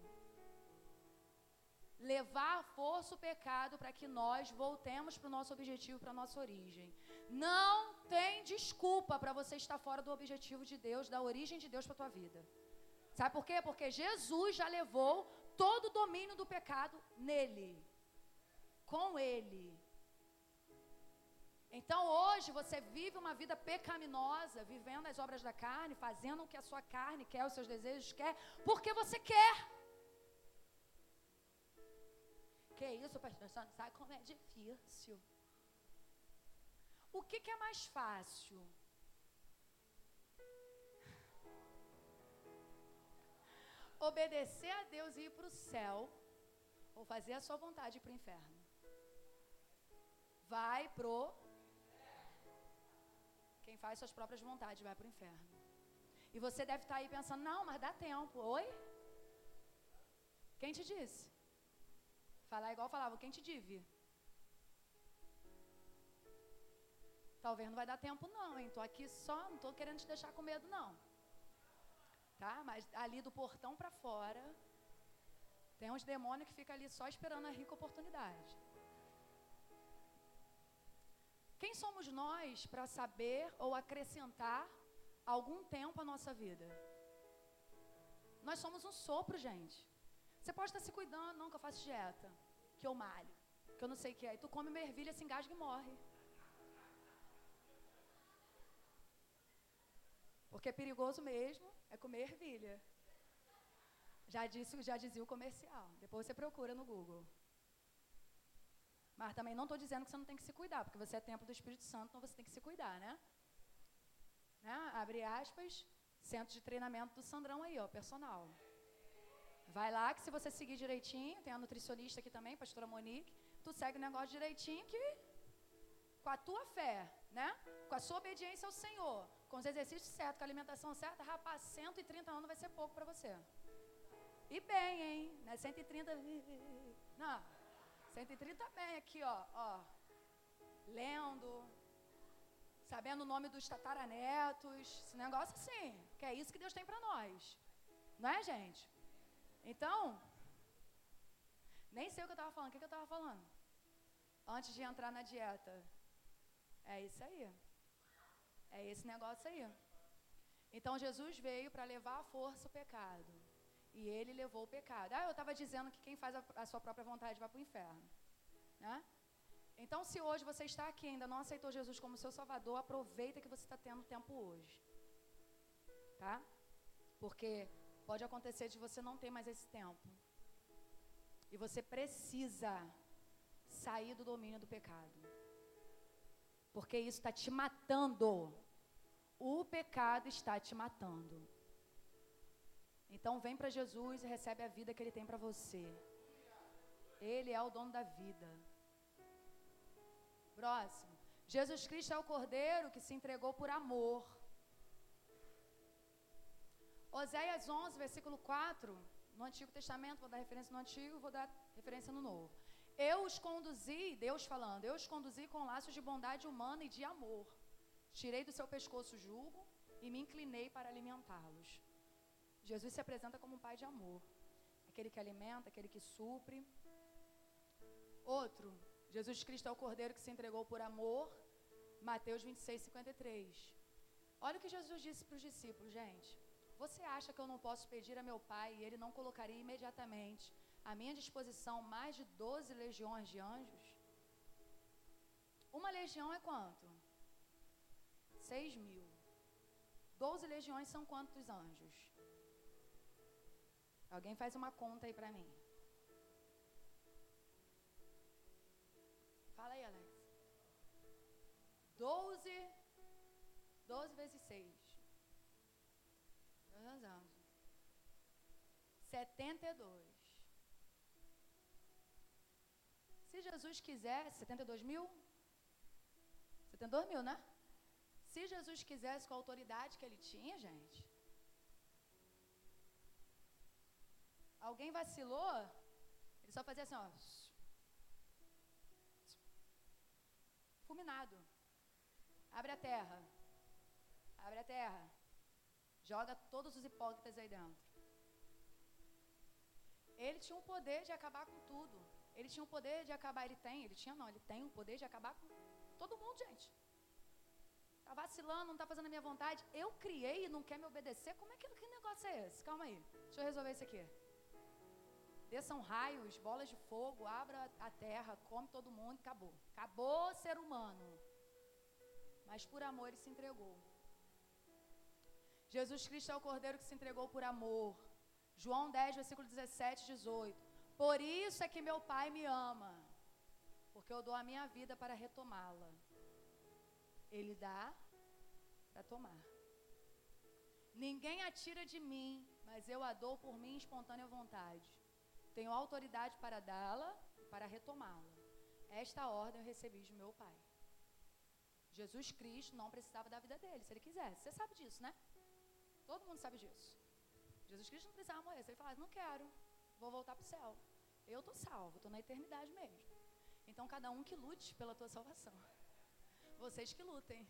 Levar a força o pecado para que nós voltemos para o nosso objetivo, para a nossa origem. Não tem desculpa para você estar fora do objetivo de Deus, da origem de Deus para a tua vida. Sabe por quê? Porque Jesus já levou todo o domínio do pecado nele. Com ele. Então hoje você vive uma vida pecaminosa, vivendo as obras da carne, fazendo o que a sua carne quer, os seus desejos quer, porque você quer. Que isso, pastor? Você não sabe como é difícil. O que é mais fácil? Obedecer a Deus e ir para o céu, ou fazer a sua vontade e ir para o inferno? Vai pro... Quem faz suas próprias vontades vai para o inferno. E você deve estar aí pensando, não, mas dá tempo. Oi? Quem te disse? Falar igual falava, quem te disse? Talvez não vai dar tempo não, hein? Tô aqui só, não tô querendo te deixar com medo não. Tá? Mas ali do portão para fora, tem uns demônios que ficam ali só esperando a rica oportunidade. Quem somos nós para saber ou acrescentar algum tempo à nossa vida? Nós somos um sopro, gente. Você pode estar se cuidando, não, que eu faço dieta, que eu malho, que eu não sei o que é. E tu come uma ervilha, se engasga e morre. Porque é perigoso mesmo é comer ervilha. Já dizia o comercial. Depois você procura no Google. Mas também não estou dizendo que você não tem que se cuidar, porque você é templo do Espírito Santo, então você tem que se cuidar, né? Abre aspas, centro de treinamento do Sandrão aí, ó, personal. Vai lá que se você seguir direitinho, tem a nutricionista aqui também, pastora Monique, tu segue o negócio direitinho que com a tua fé, né? Com a sua obediência ao Senhor, com os exercícios certos, com a alimentação certa, rapaz, 130 anos vai ser pouco para você. E bem, hein? Não é 130... Não, 130 bem aqui, ó. Lendo, sabendo o nome dos tataranetos, esse negócio assim, que é isso que Deus tem para nós. Não é, gente? Então, nem sei o que eu estava falando. O que eu estava falando? Antes de entrar na dieta. É isso aí. É esse negócio aí. Então, Jesus veio para levar à força o pecado. E ele levou o pecado. Eu estava dizendo que quem faz a sua própria vontade vai para o inferno. Né? Então, se hoje você está aqui e ainda não aceitou Jesus como seu Salvador, aproveita que você está tendo tempo hoje. Tá? Porque pode acontecer de você não ter mais esse tempo. E você precisa sair do domínio do pecado. Porque isso está te matando. O pecado está te matando. Então vem para Jesus e recebe a vida que Ele tem para você. Ele é o dono da vida. Próximo. Jesus Cristo é o Cordeiro que se entregou por amor. Oséias 11, versículo 4, no Antigo Testamento, vou dar referência no Antigo, vou dar referência no Novo. Eu os conduzi, Deus falando, eu os conduzi com laços de bondade humana e de amor. Tirei do seu pescoço o jugo e me inclinei para alimentá-los. Jesus se apresenta como um pai de amor. Aquele que alimenta, aquele que supre. Outro, Jesus Cristo é o Cordeiro que se entregou por amor. Mateus 26, 53. Olha o que Jesus disse para os discípulos, gente. Você acha que eu não posso pedir a meu Pai e Ele não colocaria imediatamente à minha disposição mais de 12 legiões de anjos? Uma legião é quanto? 6.000. 12 legiões são quantos anjos? Alguém faz uma conta aí para mim. Fala aí, Alex. 12 vezes 6. 72. Se Jesus quisesse, 72.000? 72.000, né? Se Jesus quisesse com a autoridade que Ele tinha, gente. Alguém vacilou, Ele só fazia assim, ó. Fulminado. Abre a terra. Abre a terra. Joga todos os hipócritas aí dentro. Ele tinha o poder de acabar com tudo. Ele tinha o poder de acabar, ele tem o poder de acabar com todo mundo, gente. Tá vacilando, não tá fazendo a minha vontade. Eu criei e não quer me obedecer. Que negócio é esse? Calma aí, deixa eu resolver isso aqui. Desçam raios, bolas de fogo, abra a terra, come todo mundo e acabou. Acabou o ser humano. Mas por amor ele se entregou. Jesus Cristo é o Cordeiro que se entregou por amor. João 10, versículo 17 e 18. Por isso é que meu Pai me ama, porque eu dou a minha vida para retomá-la. Ele dá para tomar. Ninguém a tira de mim, mas eu a dou por minha espontânea vontade. Tenho autoridade para dá-la e para retomá-la. Esta ordem eu recebi de meu Pai. Jesus Cristo não precisava da vida dele, se ele quisesse. Você sabe disso, né? Todo mundo sabe disso. Jesus Cristo não precisava morrer. Se ele falasse, não quero, vou voltar para o céu. Eu estou salvo, estou na eternidade mesmo. Então, cada um que lute pela tua salvação. Vocês que lutem.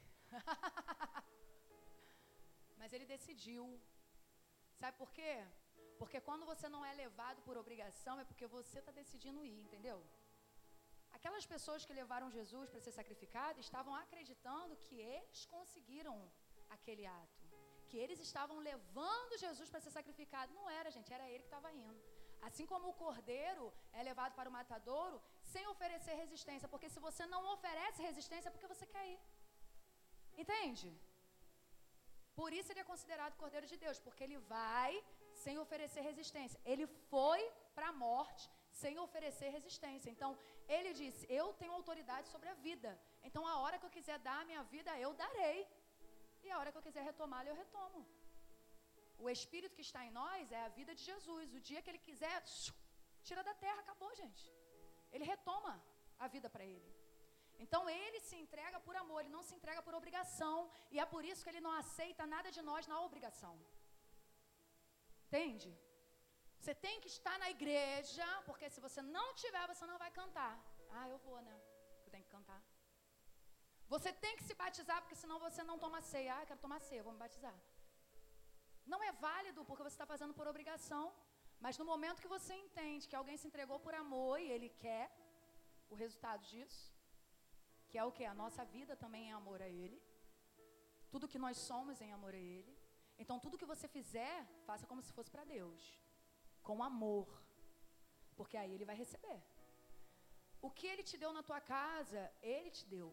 Mas ele decidiu. Sabe por quê? Porque quando você não é levado por obrigação, é porque você está decidindo ir, entendeu? Aquelas pessoas que levaram Jesus para ser sacrificado estavam acreditando que eles conseguiram aquele ato. Que eles estavam levando Jesus para ser sacrificado. Não era, gente, era ele que estava indo. Assim como o cordeiro é levado para o matadouro sem oferecer resistência. Porque se você não oferece resistência, é porque você quer ir. Entende? Por isso ele é considerado cordeiro de Deus. Porque ele vai sem oferecer resistência. Ele foi para a morte sem oferecer resistência. Então, ele disse, eu tenho autoridade sobre a vida. Então, a hora que eu quiser dar a minha vida, eu darei. E a hora que eu quiser retomá-la, eu retomo. O Espírito que está em nós é a vida de Jesus. O dia que ele quiser, tira da terra, acabou, gente. Ele retoma a vida para ele. Então, ele se entrega por amor, ele não se entrega por obrigação. E é por isso que ele não aceita nada de nós na obrigação. Entende? Você tem que estar na igreja, porque se você não tiver, você não vai cantar. Ah, eu vou, né? Eu tenho que cantar. Você tem que se batizar, porque senão você não toma ceia. Ah, eu quero tomar ceia, vou me batizar. Não é válido, porque você está fazendo por obrigação. Mas no momento que você entende que alguém se entregou por amor e ele quer o resultado disso, que é o quê? A nossa vida também é amor a ele. Tudo que nós somos é em amor a ele. Então, tudo que você fizer, faça como se fosse para Deus. Com amor. Porque aí ele vai receber. O que ele te deu na tua casa, ele te deu.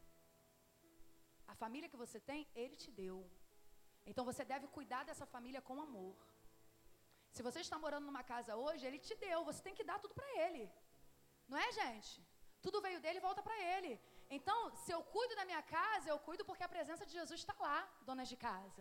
A família que você tem, ele te deu. Então você deve cuidar dessa família com amor. Se você está morando numa casa hoje, ele te deu, você tem que dar tudo para ele. Não é, gente? Tudo veio dele e volta para ele. Então, se eu cuido da minha casa, eu cuido porque a presença de Jesus está lá, donas de casa.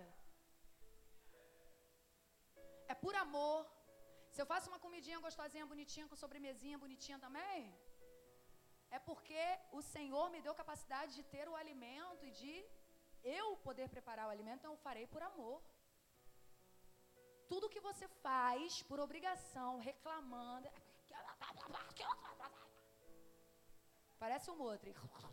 É por amor. Se eu faço uma comidinha gostosinha, bonitinha, com sobremesinha bonitinha também, é porque o Senhor me deu capacidade de ter o alimento e de eu poder preparar o alimento, então eu farei por amor. Tudo que você faz por obrigação, reclamando, parece um outro.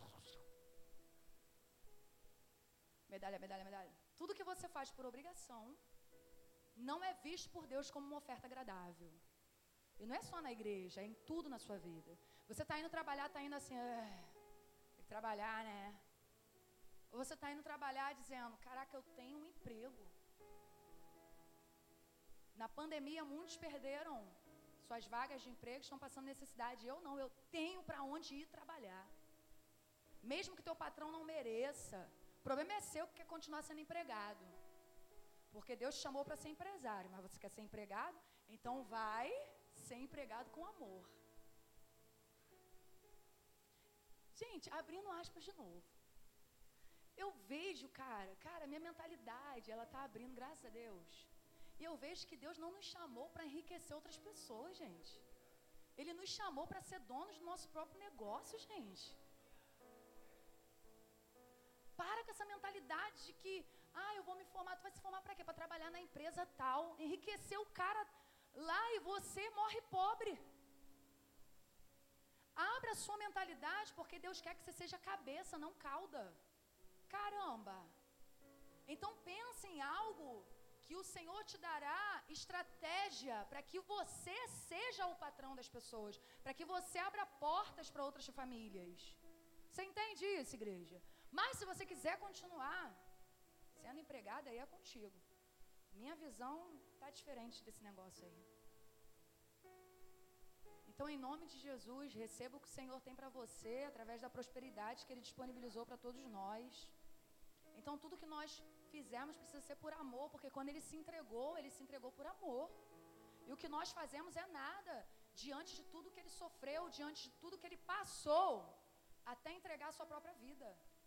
Medalha, medalha, medalha. Tudo que você faz por obrigação não é visto por Deus como uma oferta agradável. E não é só na igreja, é em tudo na sua vida. Você está indo trabalhar, está indo assim, tem que trabalhar, né? Ou você está indo trabalhar dizendo, caraca, eu tenho um emprego. Na pandemia, muitos perderam suas vagas de emprego, estão passando necessidade. Eu não, eu tenho para onde ir trabalhar. Mesmo que teu patrão não mereça. O problema é seu que quer continuar sendo empregado. Porque Deus te chamou para ser empresário, mas você quer ser empregado? Então vai ser empregado com amor. Gente, abrindo aspas de novo. Eu vejo, cara, minha mentalidade, ela está abrindo, graças a Deus. E eu vejo que Deus não nos chamou para enriquecer outras pessoas, gente. Ele nos chamou para ser donos do nosso próprio negócio, gente. Para com essa mentalidade de que, eu vou me formar, tu vai se formar para quê? Para trabalhar na empresa tal, enriquecer o cara lá e você morre pobre. Abra a sua mentalidade, porque Deus quer que você seja cabeça, não cauda. Caramba! Então pense em algo que o Senhor te dará estratégia para que você seja o patrão das pessoas, para que você abra portas para outras famílias. Você entende isso, igreja? Mas se você quiser continuar sendo empregada, aí é contigo. Minha visão está diferente desse negócio aí. Então, em nome de Jesus, receba o que o Senhor tem para você, através da prosperidade que Ele disponibilizou para todos nós. Então, tudo que nós fizemos precisa ser por amor, porque quando Ele se entregou por amor. E o que nós fazemos é nada, diante de tudo que Ele sofreu, diante de tudo que Ele passou, até entregar a sua própria vida.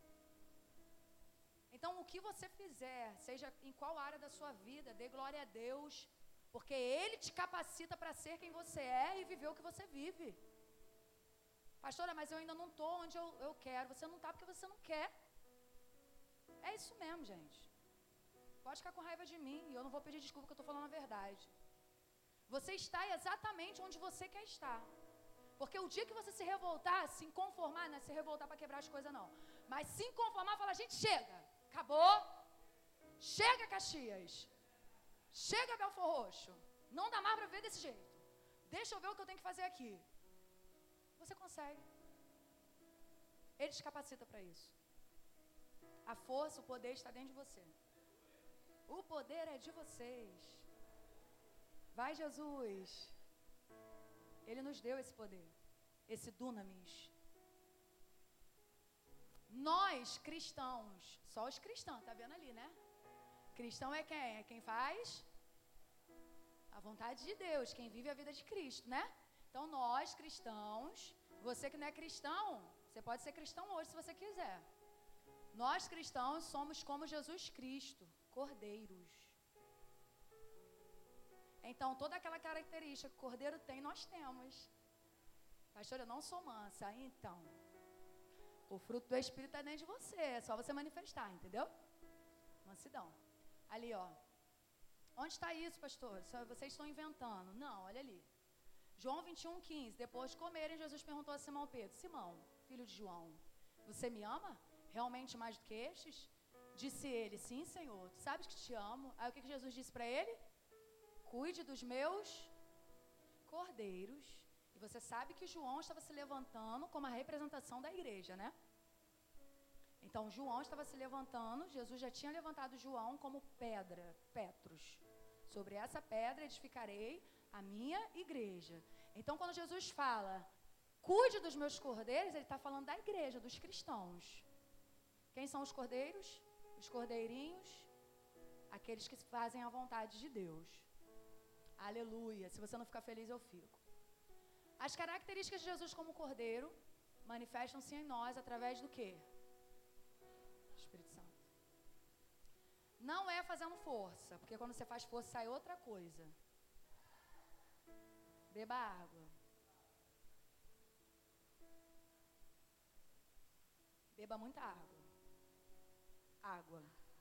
Então, o que você fizer, seja em qual área da sua vida, dê glória a Deus, porque Ele te capacita para ser quem você é e viver o que você vive. Pastora, mas eu ainda não estou onde eu quero. Você não está porque você não quer. É isso mesmo, gente. Pode ficar com raiva de mim e eu não vou pedir desculpa que eu estou falando a verdade. Você está exatamente onde você quer estar. Porque o dia que você se revoltar, se conformar, não é se revoltar para quebrar as coisas não, mas se conformar, falar, gente, chega, acabou, chega Caxias, chega Belfor Roxo, não dá mais para ver desse jeito, deixa eu ver o que eu tenho que fazer aqui. Você consegue. Ele te capacita para isso. A força, o poder está dentro de você. O poder é de vocês. Vai, Jesus. Ele nos deu esse poder, esse dunamis. Nós, cristãos, só os cristãos, tá vendo ali, né? Cristão é quem? É quem faz a vontade de Deus, quem vive a vida de Cristo, né? Então, nós, cristãos, você que não é cristão, você pode ser cristão hoje se você quiser. Nós, cristãos, somos como Jesus Cristo, cordeiros. Então, toda aquela característica que o cordeiro tem, nós temos. Pastor, eu não sou mansa. Então, o fruto do Espírito está dentro de você. É só você manifestar, entendeu? Mansidão. Ali, ó. Onde está isso, pastor? Vocês estão inventando. Não, olha ali. João 21:15. Depois de comerem, Jesus perguntou a Simão Pedro: Simão, filho de João, você me ama? Realmente mais do que estes? Disse ele: sim, Senhor. Tu sabes que te amo. Aí o que Jesus disse para ele? Cuide dos meus cordeiros. E você sabe que João estava se levantando como a representação da igreja, né? Então, João estava se levantando, Jesus já tinha levantado João como pedra, Petros. Sobre essa pedra edificarei a minha igreja. Então, quando Jesus fala, cuide dos meus cordeiros, ele está falando da igreja, dos cristãos. Quem são os cordeiros? Os cordeirinhos, aqueles que fazem a vontade de Deus. Aleluia. Se você não ficar feliz, eu fico. As características de Jesus como cordeiro manifestam-se em nós através do quê? Espírito Santo. Não é fazendo força, porque quando você faz força sai outra coisa. Beba água. Beba muita água. Água.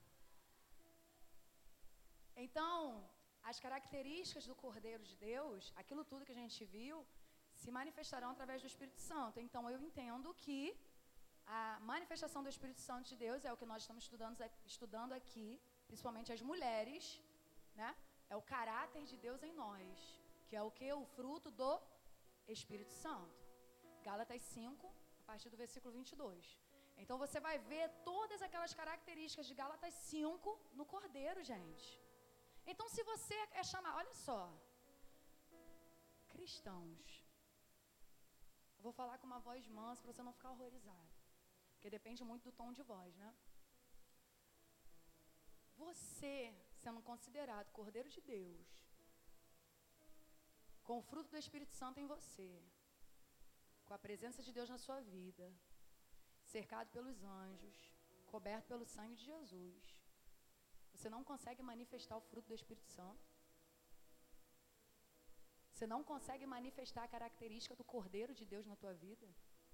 Então, as características do Cordeiro de Deus, aquilo tudo que a gente viu, se manifestarão através do Espírito Santo. Então, eu entendo que a manifestação do Espírito Santo de Deus é o que nós estamos estudando aqui, principalmente as mulheres, né? É o caráter de Deus em nós, que é o que? O fruto do Espírito Santo. Gálatas 5, a partir do versículo 22. Então, você vai ver todas aquelas características de Gálatas 5 no Cordeiro, gente. Então, se você é chamar, olha só, cristãos, eu vou falar com uma voz mansa para você não ficar horrorizado, porque depende muito do tom de voz, né? Você, sendo considerado Cordeiro de Deus, com o fruto do Espírito Santo em você, com a presença de Deus na sua vida, cercado pelos anjos, coberto pelo sangue de Jesus, você não consegue manifestar o fruto do Espírito Santo? Você não consegue manifestar a característica do Cordeiro de Deus na tua vida?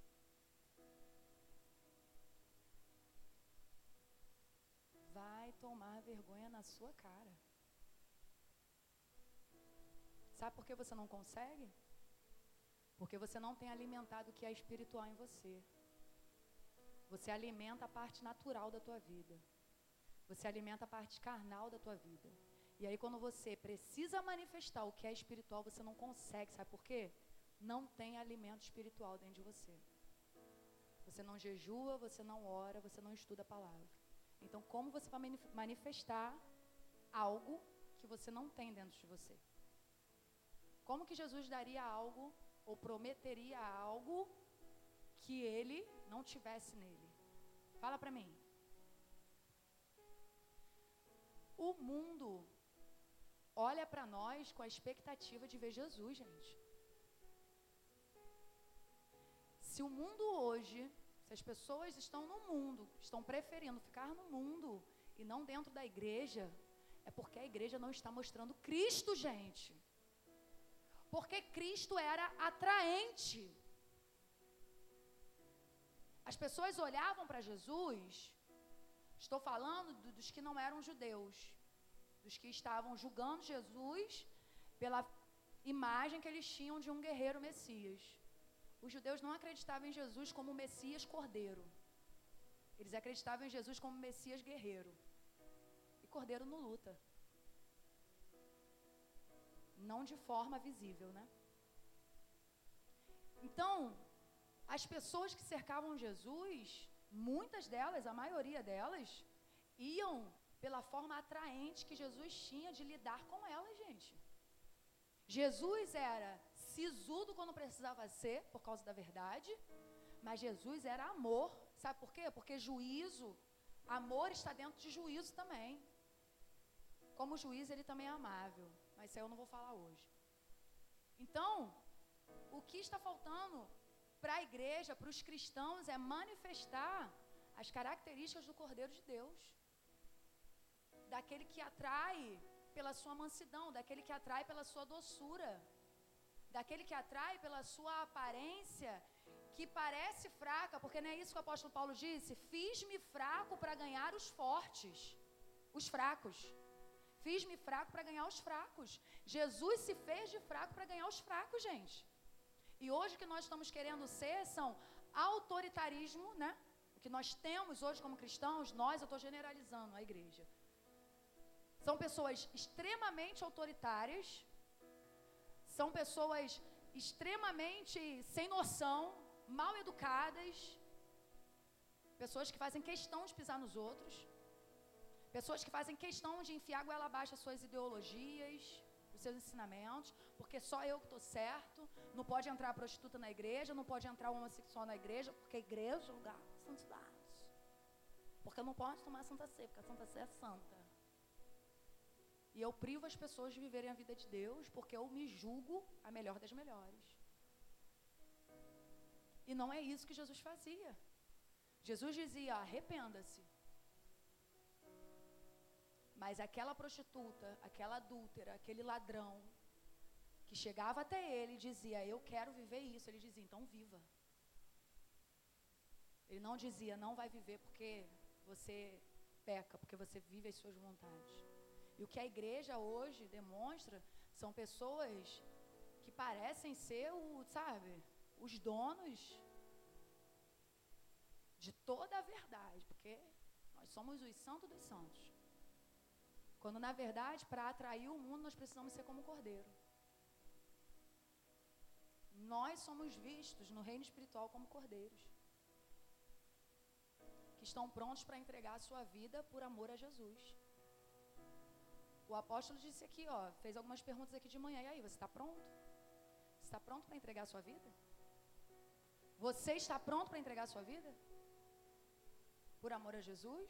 Vai tomar vergonha na sua cara. Sabe por que você não consegue? Porque você não tem alimentado o que é espiritual em você. Você alimenta a parte natural da tua vida. Você alimenta a parte carnal da tua vida. E aí quando você precisa manifestar o que é espiritual, você não consegue. Sabe por quê? Não tem alimento espiritual dentro de você. Você não jejua, você não ora, você não estuda a palavra. Então, como você vai manifestar algo que você não tem dentro de você? Como que Jesus daria algo ou prometeria algo que ele não tivesse nele? Fala para mim. O mundo olha para nós com a expectativa de ver Jesus, gente. Se o mundo hoje, se as pessoas estão no mundo, estão preferindo ficar no mundo e não dentro da igreja, é porque a igreja não está mostrando Cristo, gente. Porque Cristo era atraente. As pessoas olhavam para Jesus Estou falando dos que não eram judeus, dos que estavam julgando Jesus pela imagem que eles tinham de um guerreiro Messias. Os judeus não acreditavam em Jesus como Messias cordeiro. Eles acreditavam em Jesus como Messias guerreiro. E cordeiro não luta. Não de forma visível, né? Então, as pessoas que cercavam Jesus, muitas delas, a maioria delas, iam pela forma atraente que Jesus tinha de lidar com elas, gente. Jesus era sisudo quando precisava ser, por causa da verdade, mas Jesus era amor. Sabe por quê? Porque juízo, amor está dentro de juízo também. Como juiz, ele também é amável, mas isso aí eu não vou falar hoje. Então, o que está faltando para a igreja, para os cristãos, é manifestar as características do Cordeiro de Deus. Daquele que atrai pela sua mansidão, daquele que atrai pela sua doçura, daquele que atrai pela sua aparência, que parece fraca, porque não é isso que o apóstolo Paulo disse? Fiz-me fraco para ganhar os fortes, os fracos. Fiz-me fraco para ganhar os fracos. Jesus se fez de fraco para ganhar os fracos, gente. E hoje o que nós estamos querendo ser são autoritarismo, né? O que nós temos hoje como cristãos, eu estou generalizando a igreja. São pessoas extremamente autoritárias, são pessoas extremamente sem noção, mal educadas, pessoas que fazem questão de pisar nos outros, pessoas que fazem questão de enfiar goela abaixo as suas ideologias, os seus ensinamentos, porque só eu que estou certo, não pode entrar a prostituta na igreja, não pode entrar o homossexual na igreja, porque a igreja é lugar de santidade. Porque não pode tomar Santa Ceia, porque a Santa Ceia é santa. E eu privo as pessoas de viverem a vida de Deus, porque eu me julgo a melhor das melhores. E não é isso que Jesus fazia. Jesus dizia, arrependa-se. Mas aquela prostituta, aquela adúltera, aquele ladrão, que chegava até ele e dizia, eu quero viver isso, ele dizia, então viva. Ele não dizia, não vai viver porque você peca, porque você vive as suas vontades. E o que a igreja hoje demonstra são pessoas que parecem ser os donos de toda a verdade, porque nós somos os santos dos santos. Quando, na verdade, para atrair o mundo, nós precisamos ser como o cordeiro. Nós somos vistos no reino espiritual como cordeiros, que estão prontos para entregar a sua vida por amor a Jesus. O apóstolo disse aqui, fez algumas perguntas aqui de manhã. E aí, você está pronto? Você está pronto para entregar a sua vida? Você está pronto para entregar a sua vida? Por amor a Jesus?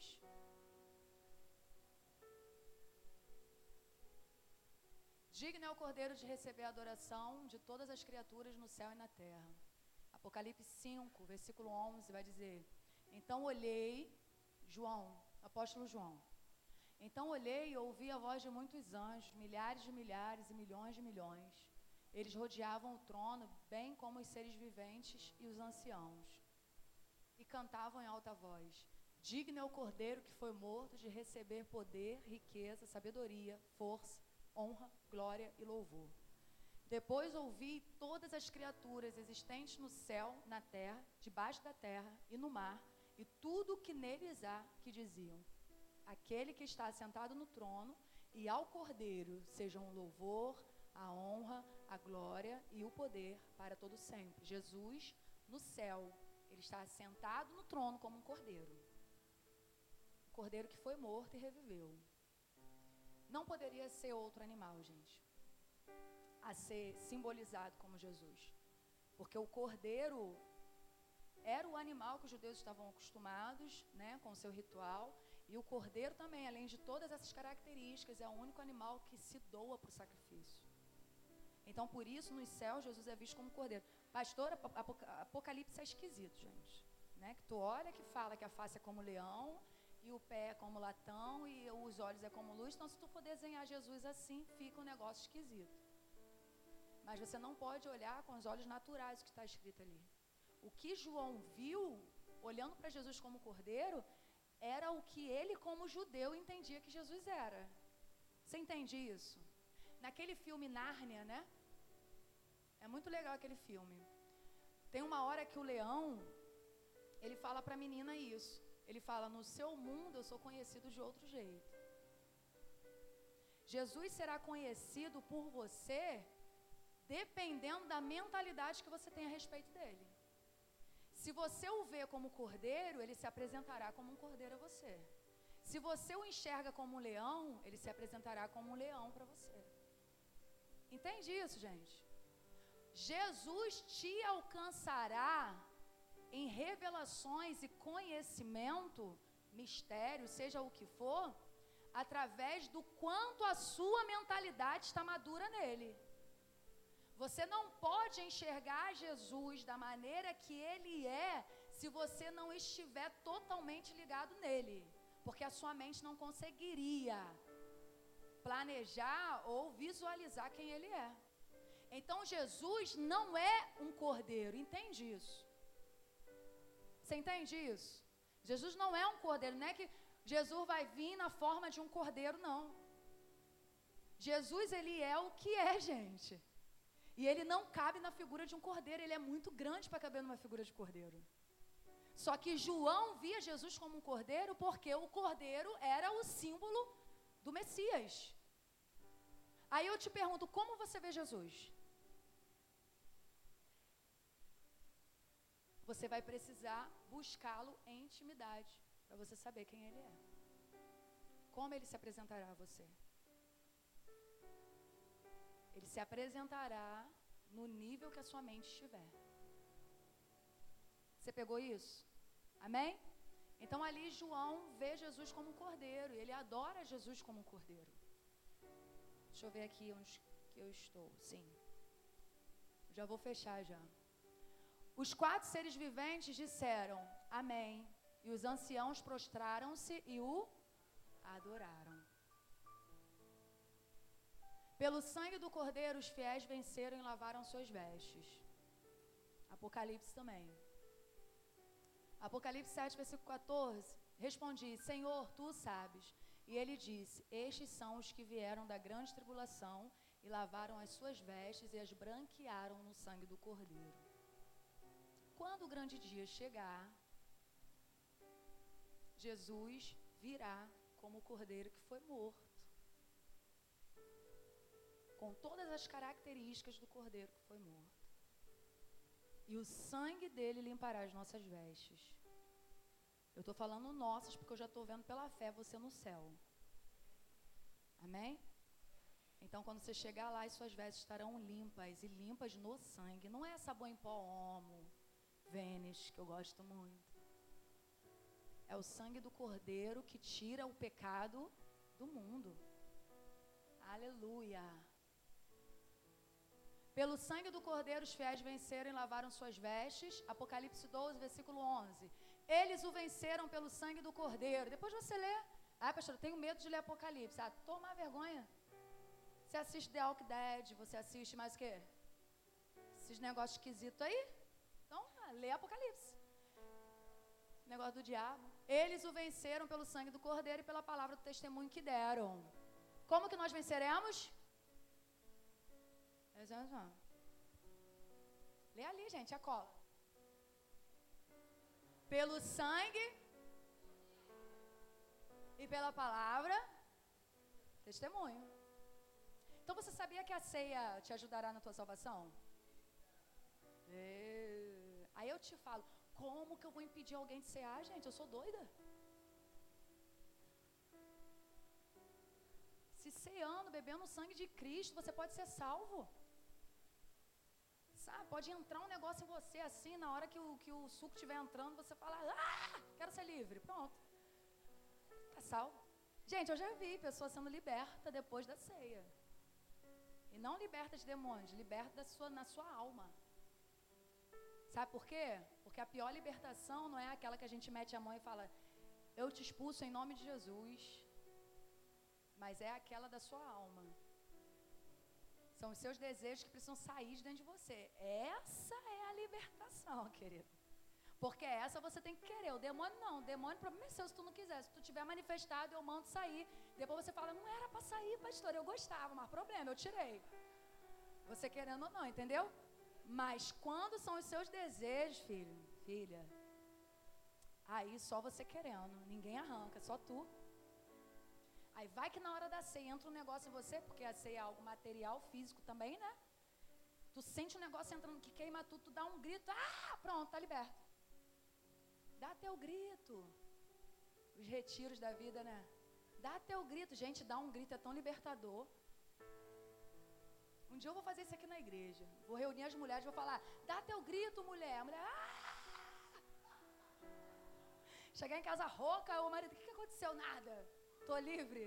Digno é o Cordeiro de receber a adoração de todas as criaturas no céu e na terra. Apocalipse 5, versículo 11, vai dizer, então olhei, apóstolo João, então olhei e ouvi a voz de muitos anjos, milhares de milhares e milhões de milhões. Eles rodeavam o trono, bem como os seres viventes e os anciãos, e cantavam em alta voz, digno é o Cordeiro que foi morto de receber poder, riqueza, sabedoria, força, honra, glória e louvor. Depois ouvi todas as criaturas existentes no céu, na terra, debaixo da terra e no mar, e tudo o que neles há, que diziam, aquele que está sentado no trono e ao Cordeiro sejam o louvor, a honra, a glória e o poder para todo sempre. Jesus, no céu, ele está sentado no trono como um cordeiro. Um cordeiro que foi morto e reviveu. Não poderia ser outro animal, gente, a ser simbolizado como Jesus. Porque o cordeiro era o animal que os judeus estavam acostumados, né, com o seu ritual. E o cordeiro também, além de todas essas características, é o único animal que se doa para o sacrifício. Então, por isso, nos céus, Jesus é visto como cordeiro. Pastor, Apocalipse é esquisito, gente. Né? Que tu olha que fala que a face é como leão, e o pé é como latão, e os olhos é como luz. Então, se tu for desenhar Jesus assim, fica um negócio esquisito. Mas você não pode olhar com os olhos naturais o que está escrito ali. O que João viu, olhando para Jesus como cordeiro, era o que ele, como judeu, entendia que Jesus era. Você entende isso? Naquele filme Nárnia, né? É muito legal aquele filme. Tem uma hora que o leão, ele fala para a menina isso. Ele fala, no seu mundo eu sou conhecido de outro jeito. Jesus será conhecido por você dependendo da mentalidade que você tem a respeito dele. Se você o vê como cordeiro, ele se apresentará como um cordeiro a você. Se você o enxerga como um leão, ele se apresentará como um leão para você. Entende isso, gente? Jesus te alcançará em revelações e conhecimento, mistério, seja o que for, através do quanto a sua mentalidade está madura nele. Você não pode enxergar Jesus da maneira que ele é se você não estiver totalmente ligado nele, porque a sua mente não conseguiria planejar ou visualizar quem ele é. Então Jesus não é um cordeiro, entende isso? Você entende isso? Jesus não é um cordeiro, não é que Jesus vai vir na forma de um cordeiro, não. Jesus, ele é o que é, gente. E ele não cabe na figura de um cordeiro, ele é muito grande para caber numa figura de cordeiro. Só que João via Jesus como um cordeiro porque o cordeiro era o símbolo do Messias. Aí eu te pergunto, como você vê Jesus? Você vai precisar buscá-lo em intimidade, para você saber quem ele é. Como ele se apresentará a você? Ele se apresentará no nível que a sua mente estiver. Você pegou isso? Amém? Então ali João vê Jesus como um cordeiro, e ele adora Jesus como um cordeiro. Deixa eu ver aqui onde que eu estou. Sim. Já vou fechar já. Os 4 seres viventes disseram amém, e os anciãos prostraram-se e o adoraram. Pelo sangue do cordeiro os fiéis venceram e lavaram suas vestes. Apocalipse também. Apocalipse 7, versículo 14. Respondi, Senhor, tu sabes. E ele disse, estes são os que vieram da grande tribulação e lavaram as suas vestes e as branquearam no sangue do cordeiro. Quando o grande dia chegar, Jesus virá como o cordeiro que foi morto, com todas as características do cordeiro que foi morto. E o sangue dele limpará as nossas vestes. Eu estou falando nossas porque eu já estou vendo pela fé você no céu. Amém? Então, quando você chegar lá, as suas vestes estarão limpas, e limpas no sangue. Não é sabão em pó Omo, Vênus, que eu gosto muito. É o sangue do cordeiro que tira o pecado do mundo. Aleluia. Pelo sangue do cordeiro os fiéis venceram e lavaram suas vestes. Apocalipse 12, versículo 11. Eles o venceram pelo sangue do cordeiro. Depois você lê. Ah, pastor, eu tenho medo de ler Apocalipse. Ah, toma vergonha. Você assiste The Walking Dead, você assiste mais o quê? Esses negócios esquisitos aí? Então, lê Apocalipse. Negócio do diabo. Eles o venceram pelo sangue do cordeiro e pela palavra do testemunho que deram. Como que nós venceremos? Lê ali, gente, a cola. Pelo sangue e pela palavra, testemunho. Então você sabia que a ceia te ajudará na tua salvação? Aí eu te falo, como que eu vou impedir alguém de cear, gente? Eu sou doida. Se ceando, bebendo o sangue de Cristo, você pode ser salvo. Sabe, pode entrar um negócio em você assim, na hora que o suco estiver entrando, você fala, quero ser livre, pronto. Tá salvo. Gente, eu já vi pessoas sendo libertas depois da ceia. E não liberta de demônios, liberta na sua alma. Sabe por quê? Porque a pior libertação não é aquela que a gente mete a mão e fala, eu te expulso em nome de Jesus. Mas é aquela da sua alma. São os seus desejos que precisam sair de dentro de você. Essa é a libertação, querido. Porque essa você tem que querer. O demônio não. O demônio, o problema é seu se tu não quiser. Se tu tiver manifestado, eu mando sair. Depois você fala, não era para sair, pastor, eu gostava, mas problema, eu tirei. Você querendo ou não, entendeu? Mas quando são os seus desejos, filho, filha, aí só você querendo, ninguém arranca, só tu. Aí vai que na hora da ceia entra um negócio em você, porque a ceia é algo material, físico também, né? Tu sente um negócio entrando que queima tudo, tu dá um grito, pronto, tá liberto. Dá teu grito. Os retiros da vida, né? Dá teu grito. Gente, dá um grito é tão libertador. Um dia eu vou fazer isso aqui na igreja. Vou reunir as mulheres, vou falar, dá teu grito, mulher. A mulher, Chegar em casa rouca, o marido, o que aconteceu? Nada. Tô livre.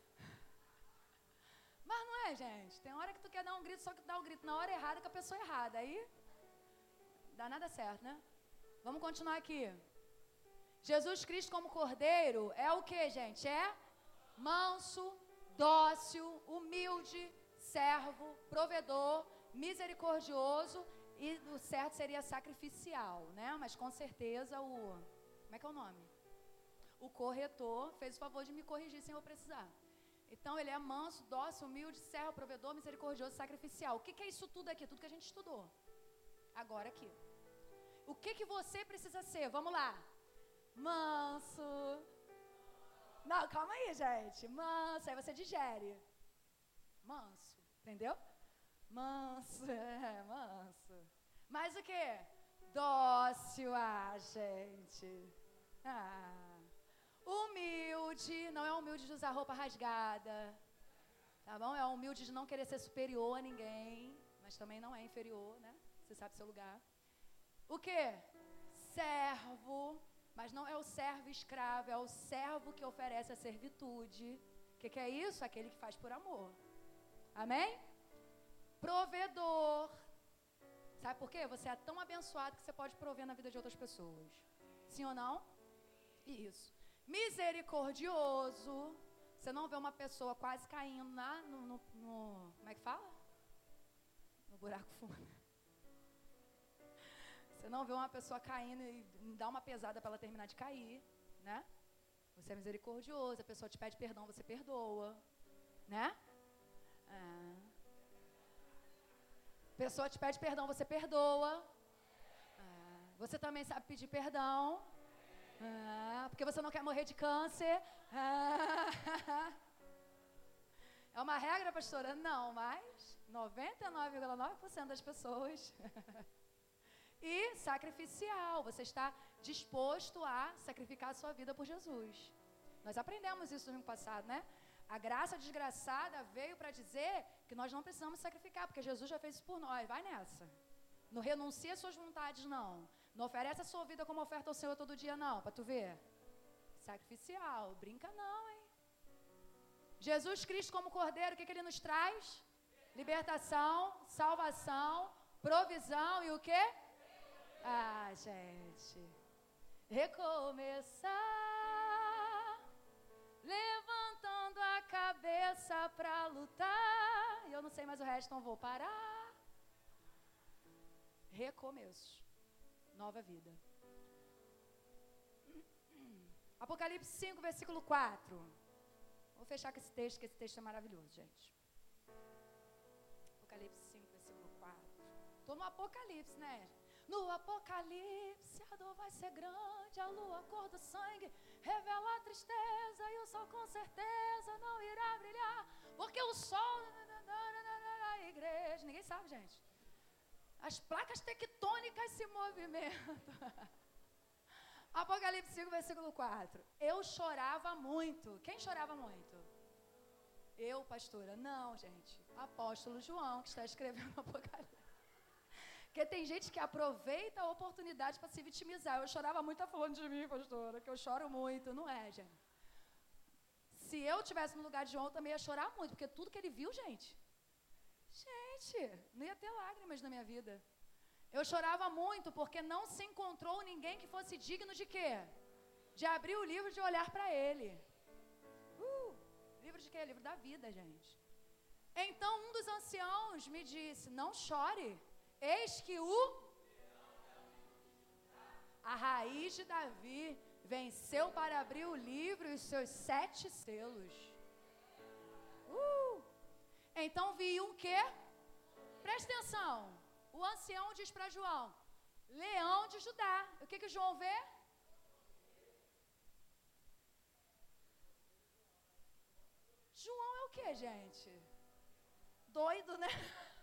Mas não é, gente. Tem hora que tu quer dar um grito, só que tu dá um grito na hora errada com a pessoa errada. Aí, dá nada certo, né? Vamos continuar aqui. Jesus Cristo como cordeiro é o que, gente? É manso, dócil, humilde, servo, provedor, misericordioso e o certo seria sacrificial, né? Mas com certeza como é que é o nome? O corretor fez o favor de me corrigir sem eu precisar. Então ele é manso, dócil, humilde, servo, provedor, misericordioso, sacrificial. O que é isso tudo aqui? Tudo que a gente estudou. Agora aqui. O que você precisa ser? Vamos lá. Manso. Não, calma aí, gente. Manso, aí você digere. Manso, entendeu? Manso, manso. Mas o quê? Dócil, gente. Humilde, não é humilde de usar roupa rasgada. Tá bom? É humilde de não querer ser superior a ninguém, mas também não é inferior, né? Você sabe seu lugar. O quê? Servo, mas não é o servo escravo, é o servo que oferece a servitude. O que é isso? Aquele que faz por amor. Amém? Provedor. Sabe por quê? Você é tão abençoado que você pode prover na vida de outras pessoas. Sim ou não? Isso. Misericordioso. Você não vê uma pessoa quase caindo no como é que fala? No buraco fundo. Você não vê uma pessoa caindo e dá uma pesada para ela terminar de cair, né? Você é misericordioso, a pessoa te pede perdão, você perdoa, né? A pessoa te pede perdão, você perdoa. Você também sabe pedir perdão. Porque você não quer morrer de câncer. É uma regra, pastora? Não, mas 99,9% das pessoas. E sacrificial, você está disposto a sacrificar a sua vida por Jesus. Nós aprendemos isso no domingo passado, né? A graça desgraçada veio para dizer que nós não precisamos sacrificar, porque Jesus já fez isso por nós. Vai nessa. Não renuncia às suas vontades, não. Não oferece a sua vida como oferta ao Senhor todo dia, não, para tu ver. Sacrificial, brinca não, hein? Jesus Cristo como cordeiro, o que ele nos traz? Libertação, salvação, provisão e o quê? Gente. Recomeçar, levantando a cabeça para lutar. Eu não sei mais o resto, então vou parar. Recomeço. Nova vida. Apocalipse 5, versículo 4. Vou fechar com esse texto, que esse texto é maravilhoso, gente. Apocalipse 5, versículo 4. Estou no Apocalipse, né? No Apocalipse a dor vai ser grande, a lua, a cor do sangue, revela a tristeza e o sol com certeza não irá brilhar, porque o sol a igreja, ninguém sabe, gente. As placas tectônicas se movimentam. Apocalipse 5, versículo 4. Eu chorava muito. Quem chorava muito? Eu, pastora? Não, gente. Apóstolo João, que está escrevendo o Apocalipse. Porque tem gente que aproveita a oportunidade para se vitimizar. Eu chorava muito, tá falando de mim, pastora, que eu choro muito. Não é, gente. Se eu estivesse no lugar de João, eu também ia chorar muito, porque tudo que ele viu, gente, não ia ter lágrimas na minha vida. Eu chorava muito porque não se encontrou ninguém que fosse digno de quê? De abrir o livro, de olhar para ele. Livro de quê? Livro da vida, gente. Então um dos anciãos me disse, não chore, eis que A raiz de Davi venceu para abrir o livro e os seus 7 selos. Então vi um quê? Presta atenção. O ancião diz para João: Leão de Judá. O que João vê? João é o quê, gente? Doido, né?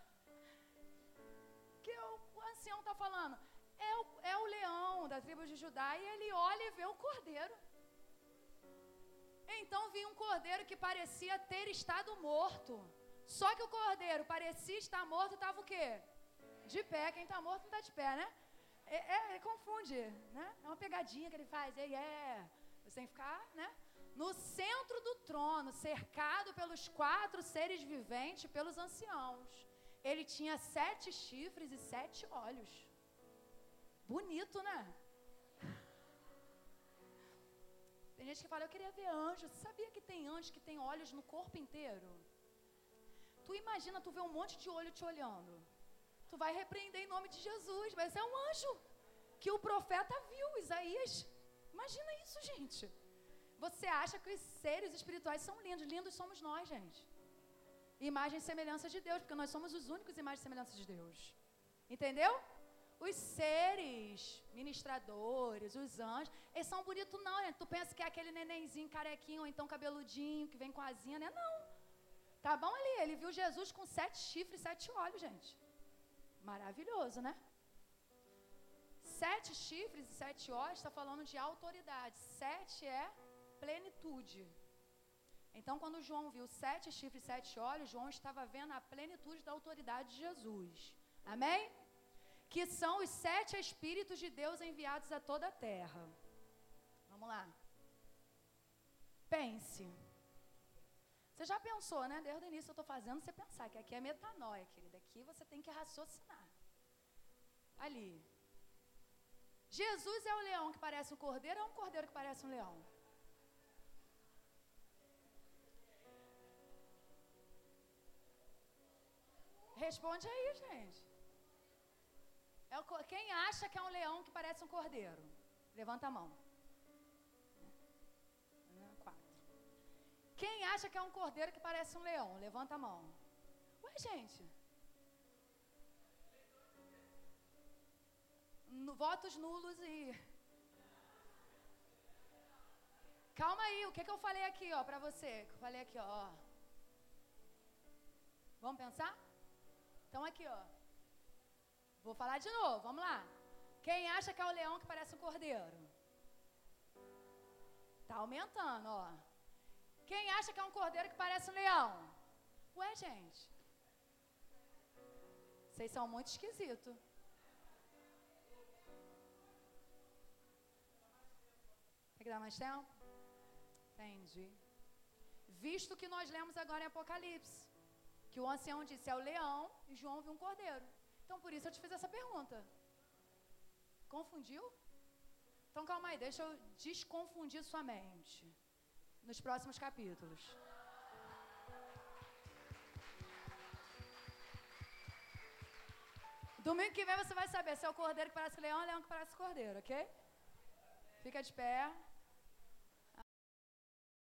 Que o ancião está falando. É o leão da tribo de Judá e ele olha e vê o cordeiro. Então vi um cordeiro que parecia ter estado morto. Só que o cordeiro parecia estar morto, estava o quê? De pé. Quem está morto não está de pé, né? Confunde, né? É uma pegadinha que ele faz. Você tem que ficar, né? No centro do trono, cercado pelos 4 seres viventes, pelos anciãos. Ele tinha 7 chifres e 7 olhos. Bonito, né? Tem gente que fala: eu queria ver anjo. Você sabia que tem anjos que tem olhos no corpo inteiro? Tu imagina, tu vê um monte de olho te olhando. Tu vai repreender em nome de Jesus, mas é um anjo que o profeta viu, Isaías. Imagina isso, gente. Você acha que os seres espirituais são lindos? Lindos somos nós, gente. Imagem e semelhança de Deus, porque nós somos os únicos imagens e semelhança de Deus. Entendeu? Os seres ministradores, os anjos, eles são bonitos não, né? Tu pensa que é aquele nenenzinho carequinho ou então cabeludinho que vem com asinha, né? Não. Tá bom ali, ele viu Jesus com 7 chifres e 7 olhos, gente. Maravilhoso, né? 7 chifres e 7 olhos está falando de autoridade. 7 é plenitude. Então, quando João viu 7 chifres e 7 olhos, João estava vendo a plenitude da autoridade de Jesus. Amém? Que são os 7 Espíritos de Deus enviados a toda a terra. Vamos lá. Pense. Você já pensou, né? Desde o início eu estou fazendo você pensar que aqui é metanoia, querida. Aqui você tem que raciocinar. Ali. Jesus é o leão que parece um cordeiro ou é um cordeiro que parece um leão? Responde aí, gente. Quem acha que é um leão que parece um cordeiro? Levanta a mão. 4. Quem acha que é um cordeiro que parece um leão? Levanta a mão. Ué, gente. Votos nulos e... Calma aí, o que eu falei aqui, ó, pra você? Eu falei aqui, ó. Vamos pensar? Então aqui, ó. Vou falar de novo, vamos lá. Quem acha que é o leão que parece um cordeiro? Tá aumentando, ó. Quem acha que é um cordeiro que parece um leão? Ué, gente. Vocês são muito esquisitos. Tem que dar mais tempo? Entendi. Visto que nós lemos agora em Apocalipse, que o ancião disse é o leão e João viu um cordeiro. Então, por isso eu te fiz essa pergunta. Confundiu? Então, calma aí, deixa eu desconfundir sua mente nos próximos capítulos. Domingo que vem você vai saber se é o cordeiro que parece leão ou o leão que parece cordeiro, ok? Fica de pé.